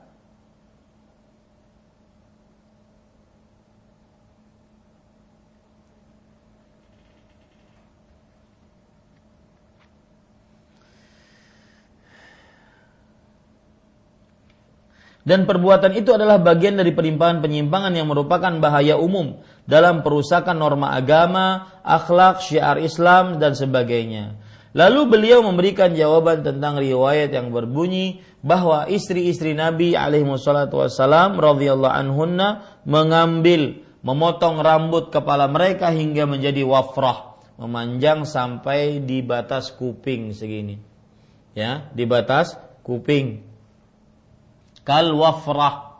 Speaker 1: dan perbuatan itu adalah bagian dari penyimpangan-penyimpangan yang merupakan bahaya umum dalam perusakan norma agama, akhlak, syiar Islam dan sebagainya. Lalu beliau memberikan jawaban tentang riwayat yang berbunyi bahwa istri-istri Nabi alaihi wassalatu wassalam radhiyallahu anhunna mengambil, memotong rambut kepala mereka hingga menjadi wafrah, memanjang sampai di batas kuping segini. Ya, di batas kuping. Kal wafrah.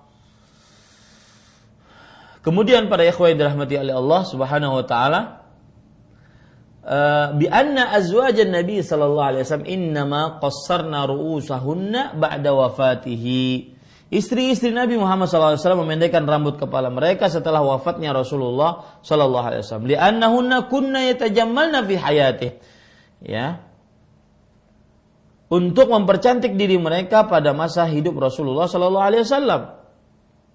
Speaker 1: Kemudian pada ikhwan dirahmati oleh Allah Subhanahu wa taala, uh, bi anna azwajan Nabi sallallahu alaihi wasallam innama qassarna ru'usahunna ba'da wafatihi. Istri-istri Nabi Muhammad sallallahu alaihi wasallam memendekkan rambut kepala mereka setelah wafatnya Rasulullah sallallahu alaihi wasallam. Li annahunna kunna yatajammalna fi hayatihi. Ya. Untuk mempercantik diri mereka pada masa hidup Rasulullah sallallahu alaihi wasallam.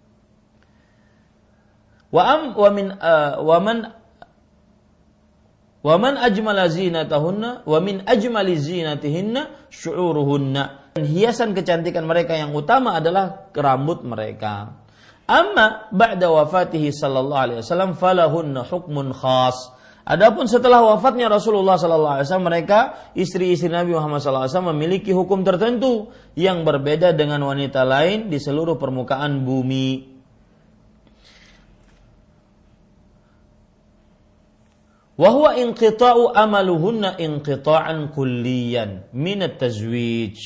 Speaker 1: Wa am wa min uh, wa man Wa man ajmala zinatahunna wa min ajmali zinatihinna syu'uruhunna. Hiasan kecantikan mereka yang utama adalah rambut mereka. Amma ba'da wafatihi sallallahu alaihi wasallam falahunna hukmun khas. Adapun setelah wafatnya Rasulullah sallallahu alaihi wasallam, mereka istri-istri Nabi Muhammad sallallahu alaihi wasallam memiliki hukum tertentu yang berbeda dengan wanita lain di seluruh permukaan bumi. Wa huwa inqita'u amaluhunna inqita'an kulliyan min at-tazwij.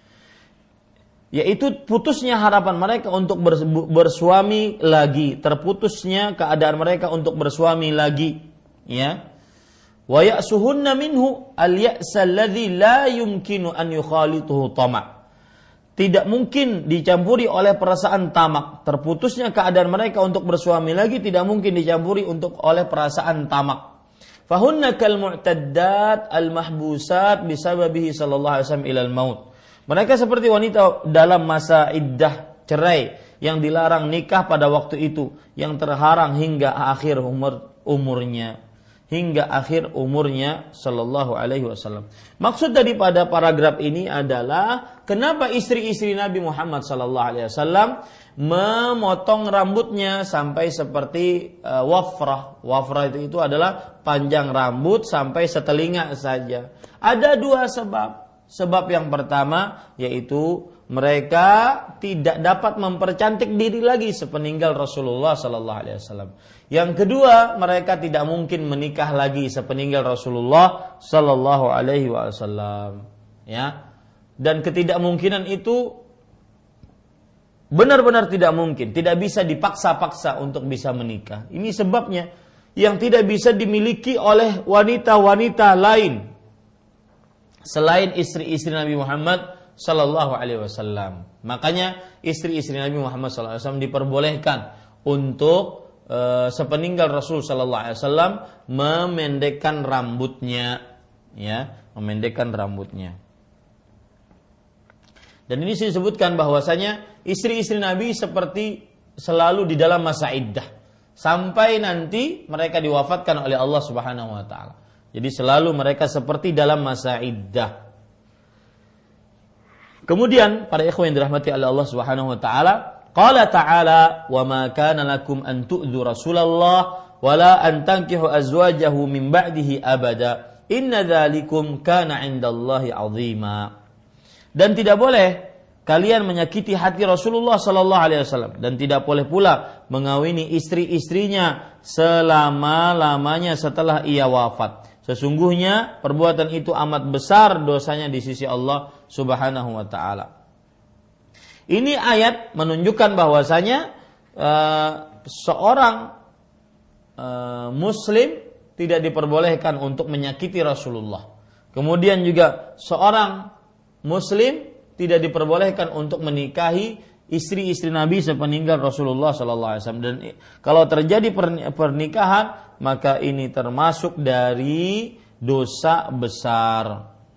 Speaker 1: Yaitu putusnya harapan mereka untuk bersuami lagi, terputusnya keadaan mereka untuk bersuami lagi, ya. Wa ya'suhunna minhu al-ya'sa alladhi la yumkinu an yukhalituhu tama'. Tidak mungkin dicampuri oleh perasaan tamak. Terputusnya keadaan mereka untuk bersuami lagi tidak mungkin dicampuri untuk oleh perasaan tamak. Fahunna kal mu'taddat al-mahbusat bisababihi sallallahu alaihi wasallam ilal maut. Mereka seperti wanita dalam masa iddah cerai yang dilarang nikah pada waktu itu, yang terharang hingga akhir umur umurnya, hingga akhir umurnya sallallahu alaihi wasallam. Maksud daripada paragraf ini adalah kenapa istri-istri Nabi Muhammad sallallahu alaihi wasallam memotong rambutnya sampai seperti uh, wafrah. Wafrah itu, itu adalah panjang rambut sampai setelinga saja. Ada dua sebab. Sebab yang pertama yaitu mereka tidak dapat mempercantik diri lagi sepeninggal Rasulullah sallallahu alaihi wasallam. Yang kedua, mereka tidak mungkin menikah lagi sepeninggal Rasulullah sallallahu alaihi wasallam. Ya. Dan ketidakmungkinan itu benar-benar tidak mungkin, tidak bisa dipaksa-paksa untuk bisa menikah. Ini sebabnya yang tidak bisa dimiliki oleh wanita-wanita lain selain istri-istri Nabi Muhammad sallallahu alaihi wasallam. Makanya istri-istri Nabi Muhammad sallallahu alaihi wasallam diperbolehkan untuk e, sepeninggal Rasul sallallahu alaihi wasallam memendekkan rambutnya, ya, memendekkan rambutnya. Dan ini saya sebutkan bahwasanya istri-istri Nabi seperti selalu di dalam masa iddah sampai nanti mereka diwafatkan oleh Allah Subhanahu wa taala. Jadi selalu mereka seperti dalam masa iddah. Kemudian para ikhwan yang dirahmati oleh Allah Subhanahu wa taala, qala ta'ala wa ma kana lakum an tu'dhu Rasulullah wa la an tankihu azwajahu min ba'dihi abada. Inna dzalikum kana 'indallahi 'azima. Dan tidak boleh kalian menyakiti hati Rasulullah sallallahu alaihi wasallam dan tidak boleh pula mengawini istri-istrinya selama-lamanya setelah ia wafat. Sesungguhnya perbuatan itu amat besar dosanya di sisi Allah Subhanahu wa taala. Ini ayat menunjukkan bahwasanya uh, seorang uh, muslim tidak diperbolehkan untuk menyakiti Rasulullah. Kemudian juga seorang muslim tidak diperbolehkan untuk menikahi istri-istri Nabi sepeninggal Rasulullah sallallahu alaihi wasallam. Dan kalau terjadi pernikahan, maka ini termasuk dari dosa besar.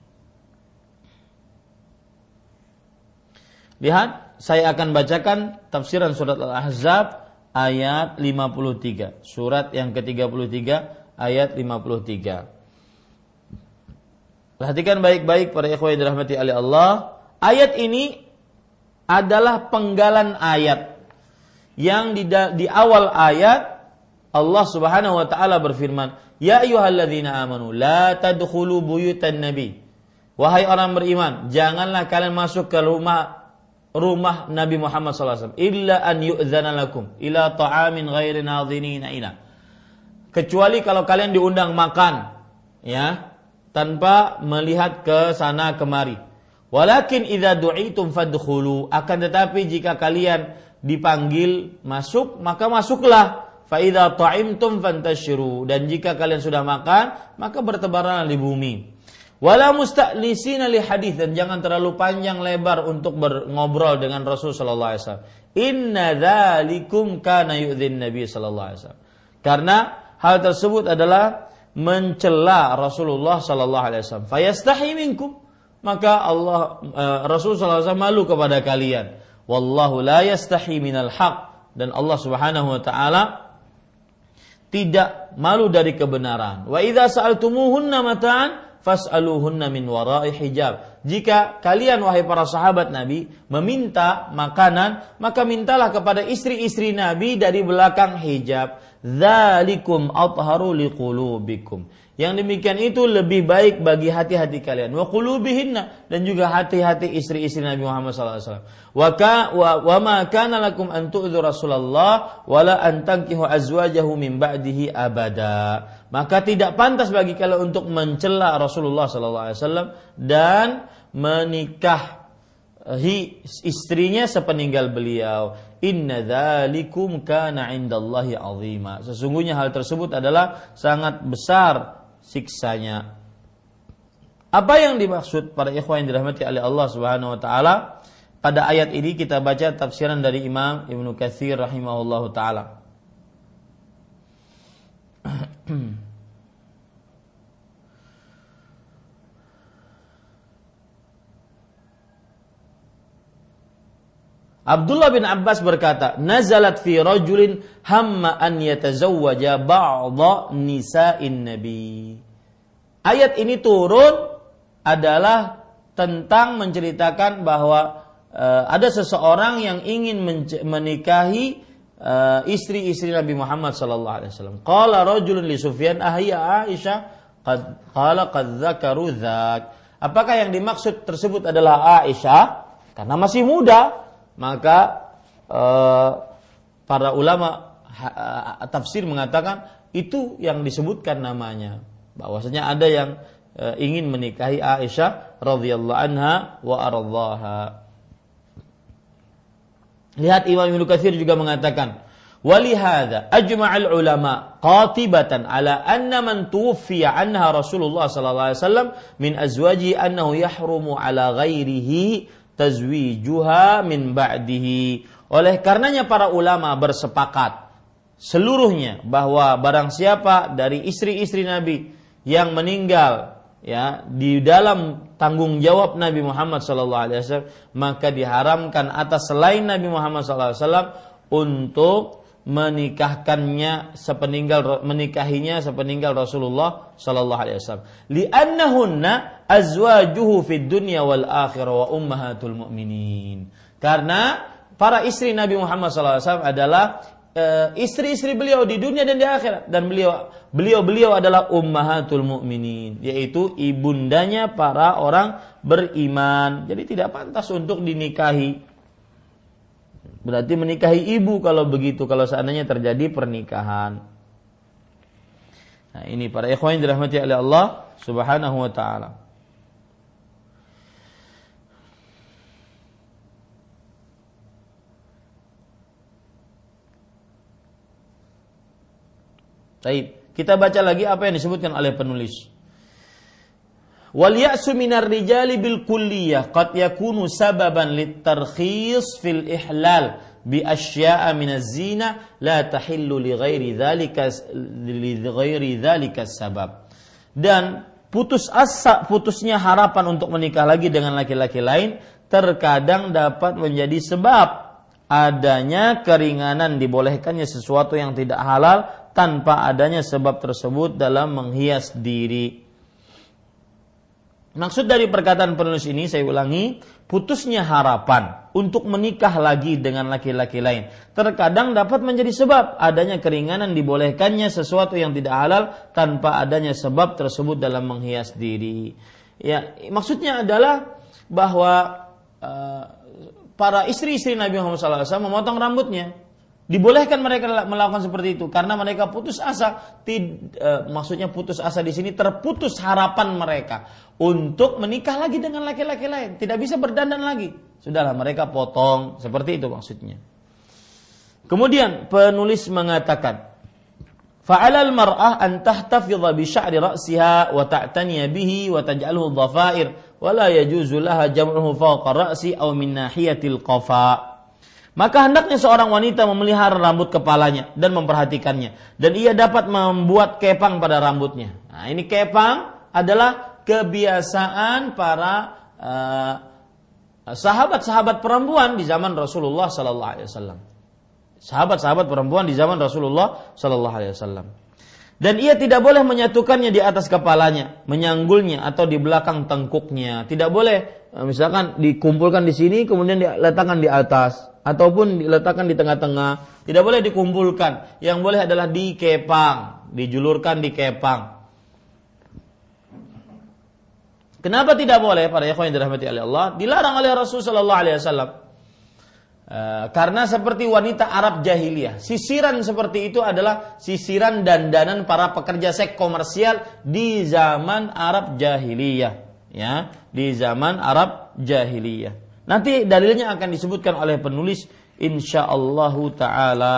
Speaker 1: Lihat, saya akan bacakan tafsiran surat Al-Ahzab ayat lima puluh tiga. Surat yang ke tiga puluh tiga ayat lima puluh tiga. Perhatikan baik-baik para ikhwan yang dirahmati oleh Allah. Ayat ini adalah penggalan ayat yang di, di awal ayat Allah Subhanahu wa taala berfirman, "Ya ayyuhalladzina amanu la tadkhulu buyutan nabi." Wahai orang beriman, janganlah kalian masuk ke rumah rumah Nabi Muhammad sallallahu alaihi wasallam illa an yu'dzana lakum ila ta'amin ghairi nadhinina ina. Kecuali kalau kalian diundang makan, ya, tanpa melihat ke sana kemari. Walakin idza du'itum fadkhulu, akan tetapi jika kalian dipanggil masuk maka masuklah. Fa idza ta'imtum fantashiru, dan jika kalian sudah makan maka bertebaranlah di bumi. Wala musta'nisina li hadits, dan jangan terlalu panjang lebar untuk ngobrol dengan Rasul sallallahu alaihi wasallam. Inna dzalikum kana yu'dhin nabiy sallallahu alaihi wasallam. Karena hal tersebut adalah mencela Rasulullah sallallahu alaihi wasallam. Fayastahi minkum, maka Allah uh, Rasul sallallahu alaihi wasallam malu kepada kalian. Wallahu la yastahi minal haq, dan Allah Subhanahu wa taala tidak malu dari kebenaran. Wa idza sa'altumuhunna mata'an fas'aluhunna min wara'i hijab. Jika kalian wahai para sahabat Nabi meminta makanan, maka mintalah kepada istri-istri Nabi dari belakang hijab. Dzalikum atharu liqulubikum. Yang demikian itu lebih baik bagi hati-hati kalian. Wa qulubihinna, dan juga hati-hati istri-istri Nabi Muhammad sallallahu alaihi wasallam. Wa ka wa, wa ma kana lakum an tu'dhu Rasulullah wala an tankihu azwajahu min ba'dihi abada. Maka tidak pantas bagi kalian untuk mencela Rasulullah sallallahu alaihi wasallam dan menikahi istrinya sepeninggal beliau. Inna dzalikum kana 'indallahi 'azima. Sesungguhnya hal tersebut adalah sangat besar siksanya. Apa yang dimaksud para ikhwan yang dirahmati oleh Allah Subhanahu wa taala? Pada ayat ini kita baca tafsiran dari Imam Ibnu Katsir rahimahullahu taala. Abdullah bin Abbas berkata, nazalat fi rajulin hamma an yatazawwaja ba'dha nisa'in nabi. Ayat ini turun adalah tentang menceritakan bahwa uh, ada seseorang yang ingin menc- menikahi uh, istri-istri Nabi Muhammad sallallahu alaihi wasallam. Qala rajulun li Sufyan ahya Aisyah qad qala qad dzakaru dzak. Apakah yang dimaksud tersebut adalah Aisyah? Karena masih muda. Maka uh, para ulama uh, tafsir mengatakan itu yang disebutkan namanya, bahwasanya ada yang uh, ingin menikahi Aisyah radhiyallahu anha wa aradhaha. Lihat Imam Ibnu Katsir juga mengatakan, walihada ajma'al ulama qatibatan ala anna man tuwfiya anha Rasulullah sallallahu alaihi wasallam min azwaji annahu yahrumu ala ghairihi tazwijuha min ba'dihi. Oleh karenanya para ulama bersepakat seluruhnya bahwa barang siapa dari istri-istri Nabi yang meninggal ya di dalam tanggung jawab Nabi Muhammad sallallahu alaihi wasallam, maka diharamkan atas selain Nabi Muhammad sallallahu alaihi wasallam untuk menikahkannya sepeninggal menikahinya sepeninggal Rasulullah sallallahu alaihi wasallam. Li'annahunna azwajuhu fid dunya wal akhirah wa ummahatul mu'minin. Karena para istri Nabi Muhammad sallallahu alaihi wasallam adalah e, istri-istri beliau di dunia dan di akhirat, dan beliau beliau-beliau adalah ummahatul mu'minin, yaitu ibundanya para orang beriman. Jadi tidak pantas untuk dinikahi. Berarti menikahi ibu kalau begitu, kalau seandainya terjadi pernikahan. Nah, ini para ikhwan yang dirahmati oleh Allah Subhanahu wa taala. Baik, kita baca lagi apa yang disebutkan oleh penulis. Wal ya'su minar rijali bil kulliyah qad yakunu sababan litarkhis fil ihlal bi asya'a minaz zina la tahillu li ghairi dzalika li ghairi dzalika sabab. Dan putus asa putusnya harapan untuk menikah lagi dengan laki-laki lain terkadang dapat menjadi sebab adanya keringanan dibolehkannya sesuatu yang tidak halal tanpa adanya sebab tersebut dalam menghias diri. Maksud dari perkataan penulis ini, saya ulangi, putusnya harapan untuk menikah lagi dengan laki-laki lain terkadang dapat menjadi sebab adanya keringanan dibolehkannya sesuatu yang tidak halal tanpa adanya sebab tersebut dalam menghias diri. Ya, maksudnya adalah bahwa uh, para istri-istri Nabi Muhammad shallallahu alaihi wasallam memotong rambutnya. Dibolehkan mereka melakukan seperti itu karena mereka putus asa. Tid, e, maksudnya putus asa di sini terputus harapan mereka untuk menikah lagi dengan laki-laki lain, tidak bisa berdandan lagi. Sudahlah mereka potong, seperti itu maksudnya. Kemudian penulis mengatakan, fa'alal mar'ah an tahtafidha bi sya'ri ra'siha wa ta'taniya bihi wa taj'alhu dhafair wa la yajuzu laha jam'uhu fawqa ra'si aw min nahiyatil qafa. Maka hendaknya seorang wanita memelihara rambut kepalanya dan memperhatikannya, dan ia dapat membuat kepang pada rambutnya. Nah, ini kepang adalah kebiasaan para uh, sahabat-sahabat perempuan di zaman Rasulullah sallallahu alaihi wasallam. sahabat-sahabat perempuan di zaman Rasulullah sallallahu alaihi wasallam. Dan ia tidak boleh menyatukannya di atas kepalanya, menyanggulnya atau di belakang tengkuknya. Tidak boleh misalkan dikumpulkan di sini kemudian diletakkan di atas ataupun diletakkan di tengah-tengah. Tidak boleh dikumpulkan. Yang boleh adalah dikepang, dijulurkan di kepang. Kenapa tidak boleh para ikhwan yang dirahmati oleh Allah? Dilarang oleh Rasul sallallahu alaihi wasallam. Uh, karena seperti wanita Arab jahiliyah, sisiran seperti itu adalah sisiran dandanan para pekerja seks komersial di zaman Arab jahiliyah, ya, di zaman Arab jahiliyah. Nanti dalilnya akan disebutkan oleh penulis insyaallah taala.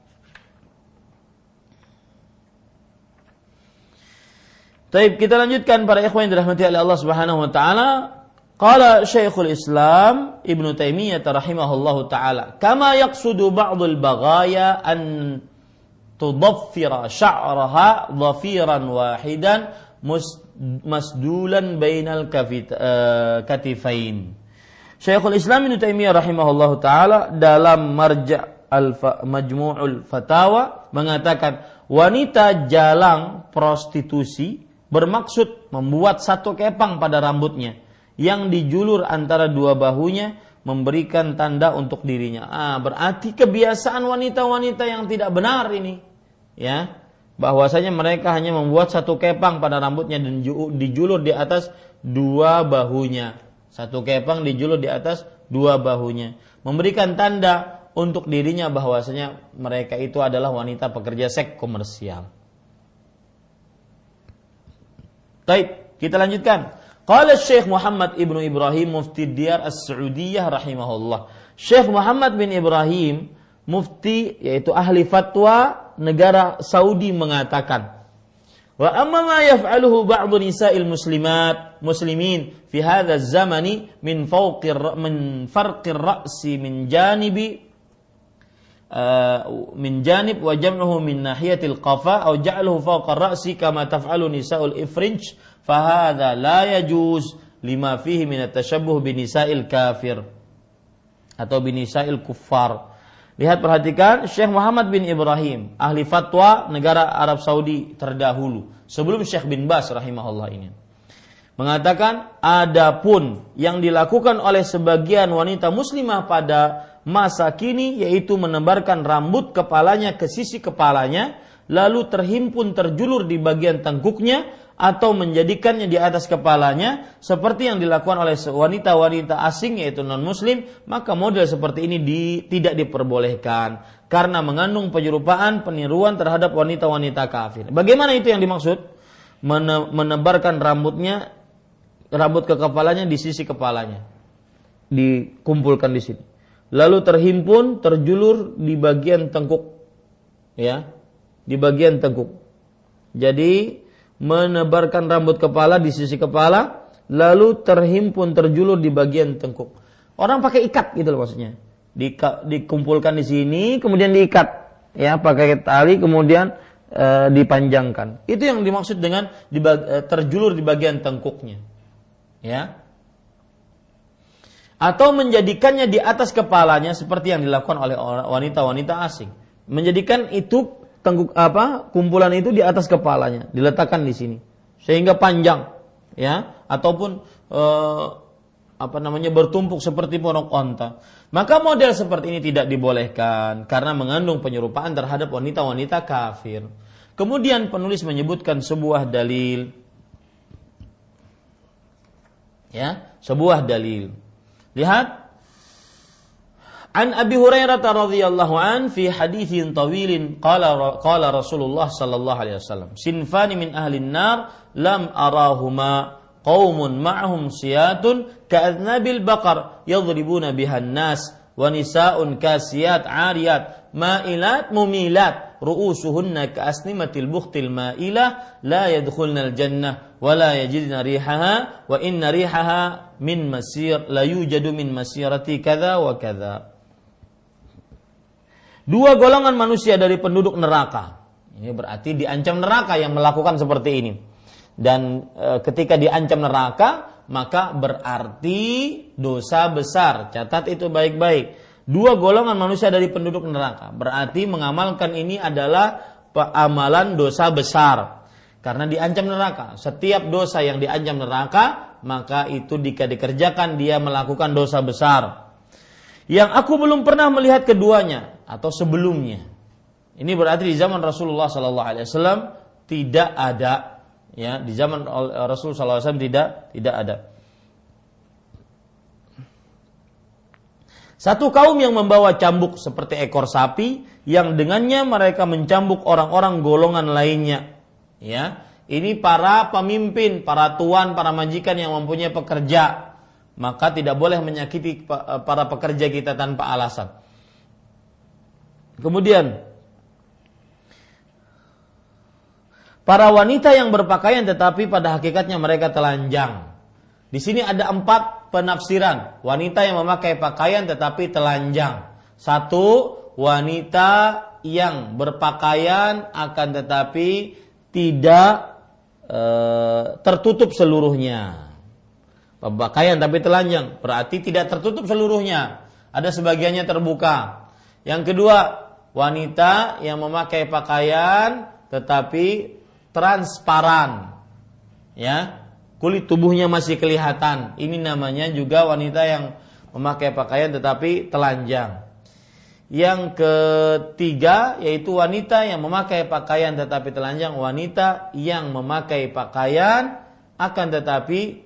Speaker 1: Baik, kita lanjutkan para ikhwan yang dirahmati oleh Allah Subhanahu wa taala. Qala Syekhul Islam Ibnu Taimiyah rahimahullahu taala, kama yaqsudu ba'dul baghaya an tudaffira sya'raha dhafiran wahidan masdulan bainal katifain. Syekhul Islam Ibnu Taimiyah rahimahullahu taala dalam Marja' al-Majmu'ul Fatawa mengatakan wanita jalang prostitusi bermaksud membuat satu kepang pada rambutnya yang dijulur antara dua bahunya, memberikan tanda untuk dirinya. Ah, berarti kebiasaan wanita-wanita yang tidak benar ini, ya, bahwasanya mereka hanya membuat satu kepang pada rambutnya dan dijulur di atas dua bahunya. Satu kepang dijulur di atas dua bahunya, memberikan tanda untuk dirinya bahwasanya mereka itu adalah wanita pekerja seks komersial. Baik, kita lanjutkan. Qala Syekh Muhammad ibnu Ibrahim Mufti Diyar As-Saudiyah rahimahullah. Syekh Muhammad bin Ibrahim Mufti yaitu ahli fatwa negara Saudi mengatakan, wa amma ma yaf'aluhu ba'd nisa'il muslimat muslimin fi hadha az-zamani min fawqi min farqi ar-ra'si min janibi uh, min janib wa jam'uhu min nahiyati al-qafa aw ja'aluhu fawqa ar-ra'si kama taf'alu nisa'ul ifrinj fahadha la yajuz lima fihi min at-tashabbuh binisa'il kafir atau binisa'il kuffar. Lihat, perhatikan, Syekh Muhammad bin Ibrahim ahli fatwa negara Arab Saudi terdahulu sebelum Syekh bin Baz rahimahullah ini mengatakan, adapun yang dilakukan oleh sebagian wanita muslimah pada masa kini yaitu menebarkan rambut kepalanya ke sisi kepalanya lalu terhimpun terjulur di bagian tengkuknya atau menjadikannya di atas kepalanya seperti yang dilakukan oleh wanita-wanita asing yaitu non-muslim, maka model seperti ini di, tidak diperbolehkan karena mengandung penyerupaan peniruan terhadap wanita-wanita kafir. Bagaimana itu yang dimaksud? Mene, menebarkan rambutnya, rambut ke kepalanya di sisi kepalanya, dikumpulkan di sini, lalu terhimpun terjulur di bagian tengkuk, ya, di bagian tengkuk. Jadi menebarkan rambut kepala di sisi kepala, lalu terhimpun terjulur di bagian tengkuk. Orang pakai ikat gitu loh maksudnya. Dika, dikumpulkan di sini, kemudian diikat, ya, pakai tali, kemudian e, dipanjangkan. Itu yang dimaksud dengan dibag, e, terjulur di bagian tengkuknya, ya. Atau menjadikannya di atas kepalanya seperti yang dilakukan oleh wanita-wanita asing. Menjadikan itu Tengguk apa kumpulan itu di atas kepalanya, diletakkan di sini sehingga panjang, ya, ataupun e, apa namanya bertumpuk seperti ponok onta. Maka model seperti ini tidak dibolehkan karena mengandung penyerupaan terhadap wanita-wanita kafir. Kemudian penulis menyebutkan sebuah dalil, ya, sebuah dalil. Lihat, An Abi Hurairah radhiyallahu an fi haditsin tawilin qala qala Rasulullah sallallahu alaihi wasallam, sinfani min ahli an-nar lam arahuma qaumun ma'hum siyatun ka'adnabil baqar yadribuna biha an-nas wa nisaa'un kasiyat 'ariyat ma'ilat mumilat ru'usuhunna ka'asnimatil bukhtil ma'ilah la yadkhulnal jannah wa la yajidna rihaha wa inna rihaha min masir la yujadu min masirati kadza wa kadza. Dua golongan manusia dari penduduk neraka. Ini berarti diancam neraka yang melakukan seperti ini. Dan e, ketika diancam neraka, maka berarti dosa besar. Catat itu baik-baik. Dua golongan manusia dari penduduk neraka. Berarti mengamalkan ini adalah amalan dosa besar. Karena diancam neraka. Setiap dosa yang diancam neraka, maka itu jika dikerjakan dia melakukan dosa besar. Yang aku belum pernah melihat keduanya atau sebelumnya. Ini berarti di zaman Rasulullah sallallahu alaihi wasallam tidak ada. Ya, di zaman Rasul sallallahu alaihi wasallam tidak tidak ada. Satu kaum yang membawa cambuk seperti ekor sapi yang dengannya mereka mencambuk orang-orang golongan lainnya. Ya, ini para pemimpin, para tuan, para majikan yang mempunyai pekerja, maka tidak boleh menyakiti para pekerja kita tanpa alasan. Kemudian para wanita yang berpakaian tetapi pada hakikatnya mereka telanjang. Di sini ada empat penafsiran. Wanita yang memakai pakaian tetapi telanjang. Satu, wanita yang berpakaian akan tetapi tidak e, tertutup seluruhnya. Berpakaian tapi telanjang, berarti tidak tertutup seluruhnya. Ada sebagiannya terbuka. Yang kedua, wanita yang memakai pakaian tetapi transparan, ya, kulit tubuhnya masih kelihatan. Ini namanya juga wanita yang memakai pakaian tetapi telanjang. Yang ketiga yaitu wanita yang memakai pakaian tetapi telanjang, wanita yang memakai pakaian akan tetapi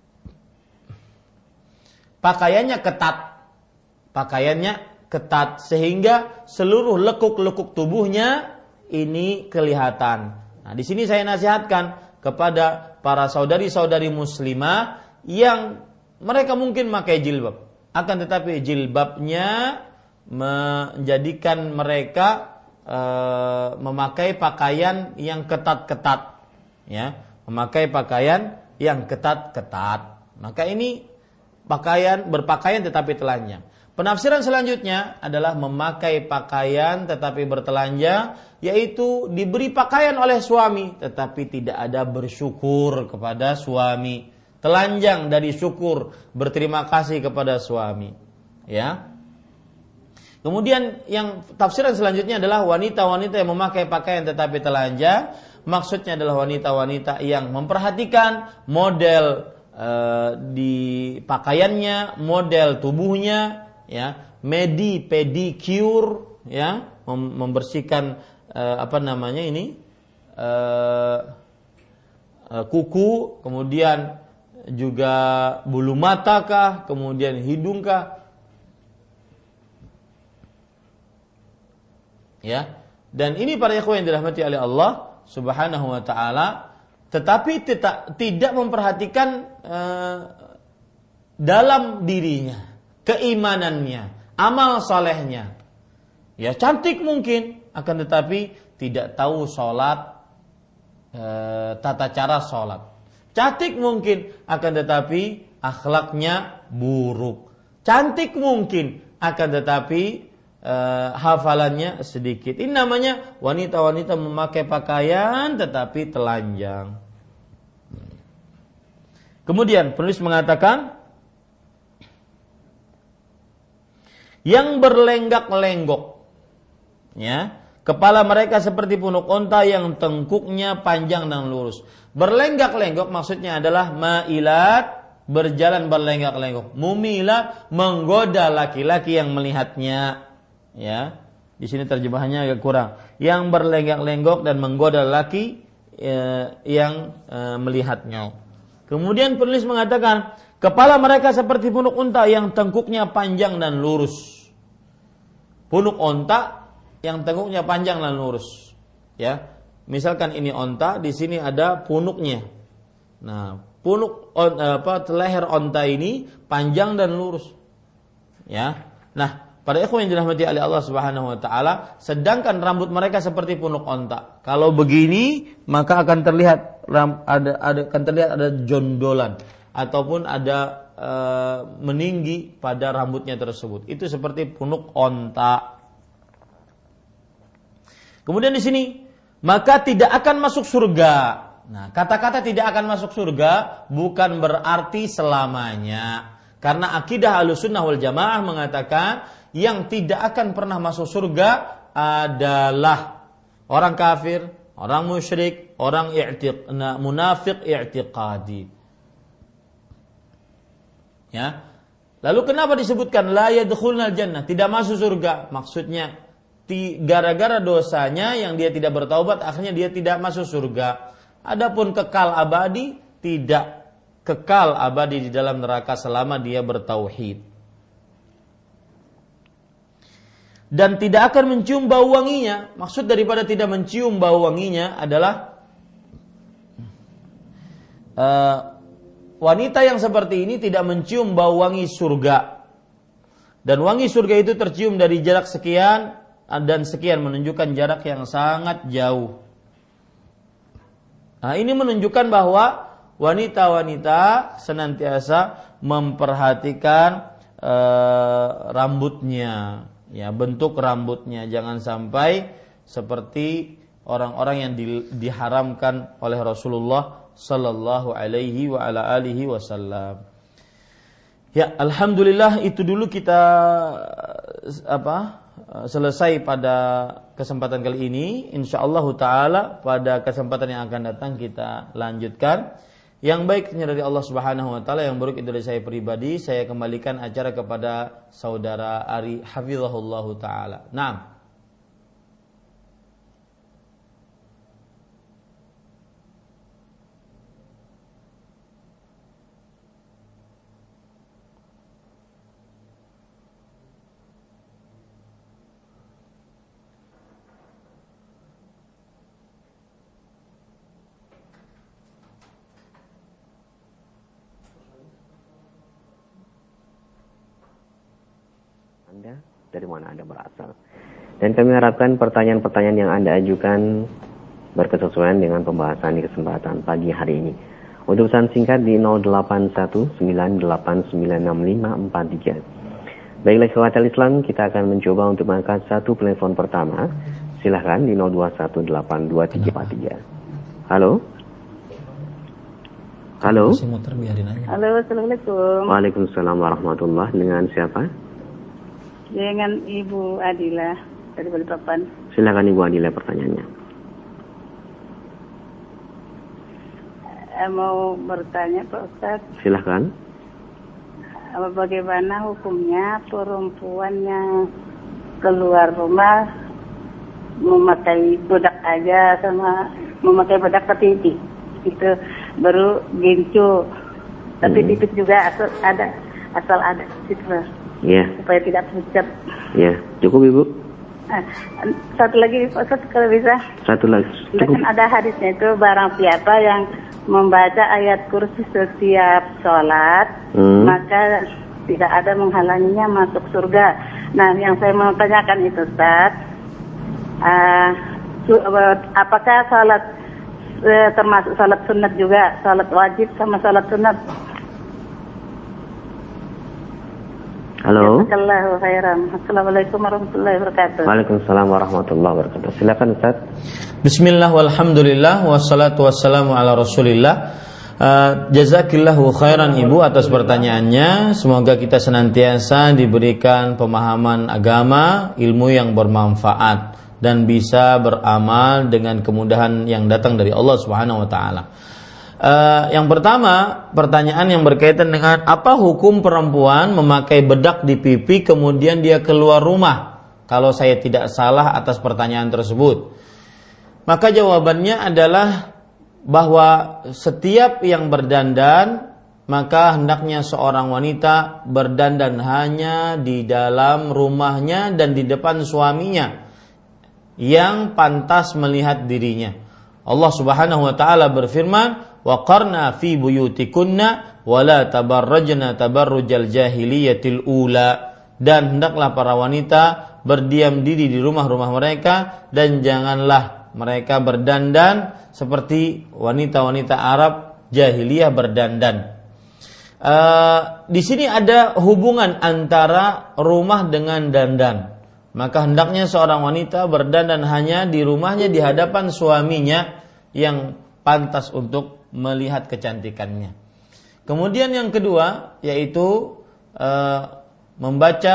Speaker 1: pakaiannya ketat, pakaiannya ketat sehingga seluruh lekuk-lekuk tubuhnya ini kelihatan. Nah, di sini saya nasihatkan kepada para saudari-saudari muslimah yang mereka mungkin memakai jilbab, akan tetapi jilbabnya menjadikan mereka e, memakai pakaian yang ketat-ketat, ya, memakai pakaian yang ketat-ketat. Maka ini pakaian berpakaian tetapi telanjang. Penafsiran selanjutnya adalah memakai pakaian tetapi bertelanjang, yaitu diberi pakaian oleh suami tetapi tidak ada bersyukur kepada suami. Telanjang dari syukur, berterima kasih kepada suami. Ya. Kemudian yang tafsiran selanjutnya adalah wanita-wanita yang memakai pakaian tetapi telanjang, maksudnya adalah wanita-wanita yang memperhatikan model e, di pakaiannya, model tubuhnya, ya, medi pedicure, ya, membersihkan e, apa namanya ini e, e, kuku, kemudian juga bulu mata kah, kemudian hidung kah, ya. Dan ini para ikhwan yang dirahmati oleh Allah Subhanahu wa taala, tetapi tidak tidak memperhatikan e, dalam dirinya, keimanannya, amal salehnya. Ya, cantik mungkin, akan tetapi tidak tahu salat, e, tata cara salat. Cantik mungkin, akan tetapi akhlaknya buruk. Cantik mungkin, akan tetapi e, hafalannya sedikit. Ini namanya wanita-wanita memakai pakaian tetapi telanjang. Kemudian penulis mengatakan yang berlenggak-lenggok, ya, kepala mereka seperti punuk onta yang tengkuknya panjang dan lurus. Berlenggak-lenggok maksudnya adalah mailat, berjalan berlenggak-lenggok. Mumilat, menggoda laki-laki yang melihatnya. Ya, di sini terjemahannya agak kurang. Yang berlenggak-lenggok dan menggoda laki eh, yang eh, melihatnya. Kemudian penulis mengatakan kepala mereka seperti punuk unta yang tengkuknya panjang dan lurus. Punuk unta yang tengkuknya panjang dan lurus. Ya, misalkan ini unta, di sini ada punuknya. Nah, punuk on, apa leher unta ini panjang dan lurus. Ya. Nah, para ikhwan yang dirahmati oleh Allah Subhanahu wa taala, sedangkan rambut mereka seperti punuk unta. Kalau begini, maka akan terlihat ada ada akan terlihat ada jondolan ataupun ada e, meninggi pada rambutnya tersebut. Itu seperti punuk unta. Kemudian di sini, maka tidak akan masuk surga. Nah, kata-kata tidak akan masuk surga bukan berarti selamanya. Karena akidah Ahlussunnah wal Jamaah mengatakan yang tidak akan pernah masuk surga adalah orang kafir, orang musyrik, orang i'tiq, munafik i'tiqadi. Ya. Lalu kenapa disebutkan la yadkhulunal jannah, tidak masuk surga? Maksudnya gara-gara dosanya yang dia tidak bertaubat, akhirnya dia tidak masuk surga. Adapun kekal abadi, tidak kekal abadi di dalam neraka selama dia bertauhid. Dan tidak akan mencium bau wanginya. Maksud daripada tidak mencium bau wanginya adalah uh, wanita yang seperti ini tidak mencium bau wangi surga. Dan wangi surga itu tercium dari jarak sekian dan sekian, menunjukkan jarak yang sangat jauh. Nah, ini menunjukkan bahwa wanita-wanita senantiasa memperhatikan e, rambutnya, ya, bentuk rambutnya, jangan sampai seperti orang-orang yang di, diharamkan oleh Rasulullah sallallahu alaihi wa ala alihi wasallam. Ya, alhamdulillah itu dulu kita apa? selesai pada kesempatan kali ini. Insyaallah taala pada kesempatan yang akan datang kita lanjutkan. Yang baiknya dari Allah Subhanahu wa taala, yang buruk itu dari saya pribadi. Saya kembalikan acara kepada saudara Ari hafizahullah taala. Naam.
Speaker 2: Anda, dari mana Anda berasal. Dan kami harapkan pertanyaan-pertanyaan yang Anda ajukan berkesesuaian dengan pembahasan di kesempatan pagi hari ini. Untuk pesan singkat di nol delapan satu sembilan delapan sembilan enam lima empat tiga. Baiklah sahabat Islam, kita akan mencoba untuk mengangkat satu telepon pertama. Silahkan di nol dua satu delapan dua tiga empat tiga. Halo? Halo?
Speaker 3: Halo, Assalamualaikum.
Speaker 2: Waalaikumsalam warahmatullahi. Dengan siapa?
Speaker 3: Dengan Ibu Adila dari Balikpapan.
Speaker 2: Silakan Ibu Adila pertanyaannya.
Speaker 3: Eh, mau bertanya Pak Ustaz.
Speaker 2: Silakan.
Speaker 3: Bagaimana hukumnya perempuan yang keluar rumah memakai bedak aja sama memakai bedak tapi itu baru gincu, tapi
Speaker 2: hmm.
Speaker 3: tipis juga asal ada asal ada gitu.
Speaker 2: Ya.
Speaker 3: Supaya tidak pucat.
Speaker 2: Ya, cukup Ibu.
Speaker 3: Nah, satu lagi Pak Ustaz kalau bisa.
Speaker 2: Satu lagi. Cukup.
Speaker 3: Kan ada hadisnya itu, barang siapa yang membaca ayat kursi setiap sholat, hmm. maka tidak ada menghalanginya masuk surga. Nah, yang saya mau tanyakan itu Ustaz, uh, apakah sholat uh, termasuk sholat sunat juga, sholat wajib sama sholat sunat?
Speaker 2: Halo.
Speaker 3: Assalamualaikum warahmatullahi wabarakatuh.
Speaker 2: Waalaikumsalam warahmatullahi wabarakatuh. Silakan Ustaz.
Speaker 1: Bismillah walhamdulillah wassalatu wassalamu ala Rasulillah. Uh, jazakillahu khairan Ibu atas pertanyaannya. Semoga kita senantiasa diberikan pemahaman agama, ilmu yang bermanfaat dan bisa beramal dengan kemudahan yang datang dari Allah Subhanahu wa taala. Uh, yang pertama, pertanyaan yang berkaitan dengan apa hukum perempuan memakai bedak di pipi kemudian dia keluar rumah. Kalau saya tidak salah atas pertanyaan tersebut, maka jawabannya adalah bahwa setiap yang berdandan, maka hendaknya seorang wanita berdandan hanya di dalam rumahnya dan di depan suaminya yang pantas melihat dirinya. Allah Subhanahu wa taala berfirman, وَقَرْنَا فِي بُيُوتِكُنَّ وَلَا تَبَرَّجْنَا تَبَرُّجَ الْجَاهِلِيَّةِ الْأُولَى. Dan hendaklah para wanita berdiam diri di rumah-rumah mereka dan janganlah mereka berdandan seperti wanita-wanita Arab jahiliyah berdandan. Uh, di sini ada hubungan antara rumah dengan dandan. Maka hendaknya seorang wanita berdandan hanya di rumahnya di hadapan suaminya yang pantas untuk melihat kecantikannya. Kemudian yang kedua yaitu e, membaca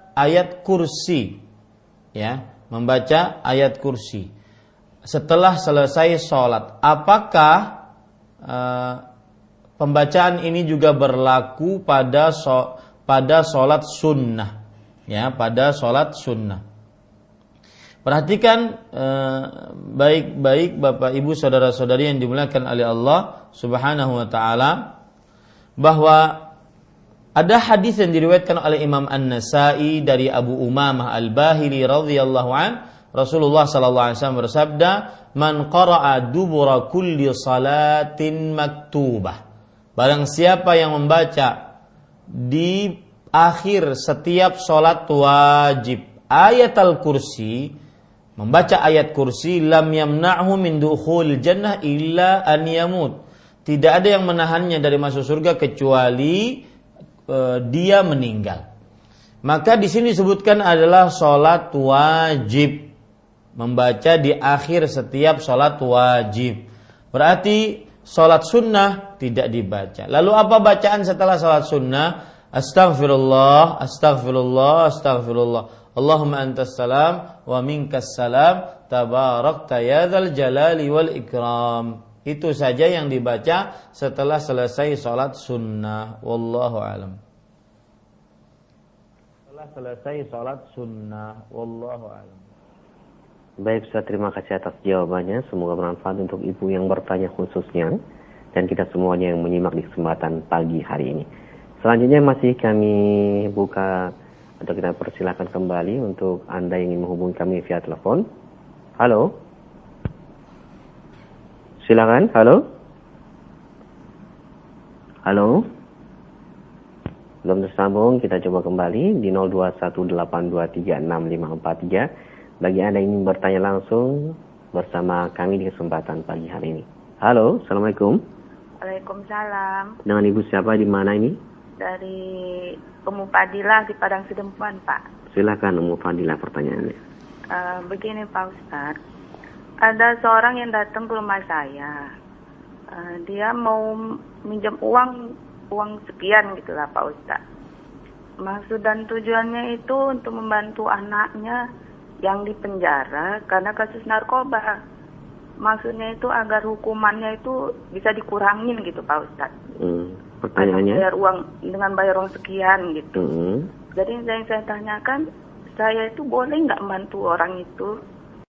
Speaker 1: ayat kursi, ya, membaca ayat kursi setelah selesai sholat. Apakah uh, pembacaan ini juga berlaku pada so, pada sholat sunnah, ya, pada sholat sunnah? Perhatikan eh, baik-baik Bapak Ibu saudara-saudari yang dimuliakan oleh Allah Subhanahu wa taala, bahwa ada hadis yang diriwayatkan oleh Imam An-Nasa'i dari Abu Umamah Al-Bahili radhiyallahu an, Rasulullah sallallahu alaihi wasallam bersabda, "Man qara'a dubura kulli salatin maktubah." Barang siapa yang membaca di akhir setiap salat wajib ayat al-kursi, membaca ayat kursi, lam yamna'hu min dukhul jannah illa an yamut. Tidak ada yang menahannya dari masuk surga kecuali uh, dia meninggal. Maka di sini disebutkan adalah salat wajib, membaca di akhir setiap salat wajib. Berarti salat sunnah tidak dibaca. Lalu apa bacaan setelah salat sunnah? Astaghfirullah, astaghfirullah, astaghfirullah. Allahumma antas salam wa minkas salam tabarakta ya dzal jalali wal ikram. Itu saja yang dibaca setelah selesai salat sunnah. Wallahu alam. Setelah selesai salat sunnah. Wallahu alam.
Speaker 2: Baik Ustaz, terima kasih atas jawabannya. Semoga bermanfaat untuk ibu yang bertanya khususnya dan kita semuanya yang menyimak di kesempatan pagi hari ini. Selanjutnya masih kami buka atau kita persilakan kembali untuk Anda yang ingin menghubungi kami via telepon. Halo. Silakan, halo. Halo. Belum tersambung, kita coba kembali di nol dua satu delapan dua tiga enam lima empat tiga. Bagi Anda yang ingin bertanya langsung bersama kami di kesempatan pagi hari ini. Halo, Assalamualaikum.
Speaker 3: Waalaikumsalam.
Speaker 2: Dengan Ibu siapa, di mana ini?
Speaker 3: Dari Ummu Fadilah di Padang Sidempuan, Pak.
Speaker 2: Silakan Ummu Fadilah pertanyaannya.
Speaker 3: Uh, begini Pak Ustadz, ada seorang yang datang ke rumah saya. Uh, dia mau minjam uang uang sekian gitulah Pak Ustadz. Maksud dan tujuannya itu untuk membantu anaknya yang di penjara karena kasus narkoba. Maksudnya itu agar hukumannya itu bisa dikurangin gitu Pak Ustadz.
Speaker 2: Hmm. Pertanyaannya?
Speaker 3: Bayar uang dengan bayar uang sekian gitu.
Speaker 2: Hmm.
Speaker 3: Jadi yang saya tanyakan, saya itu boleh nggak membantu orang itu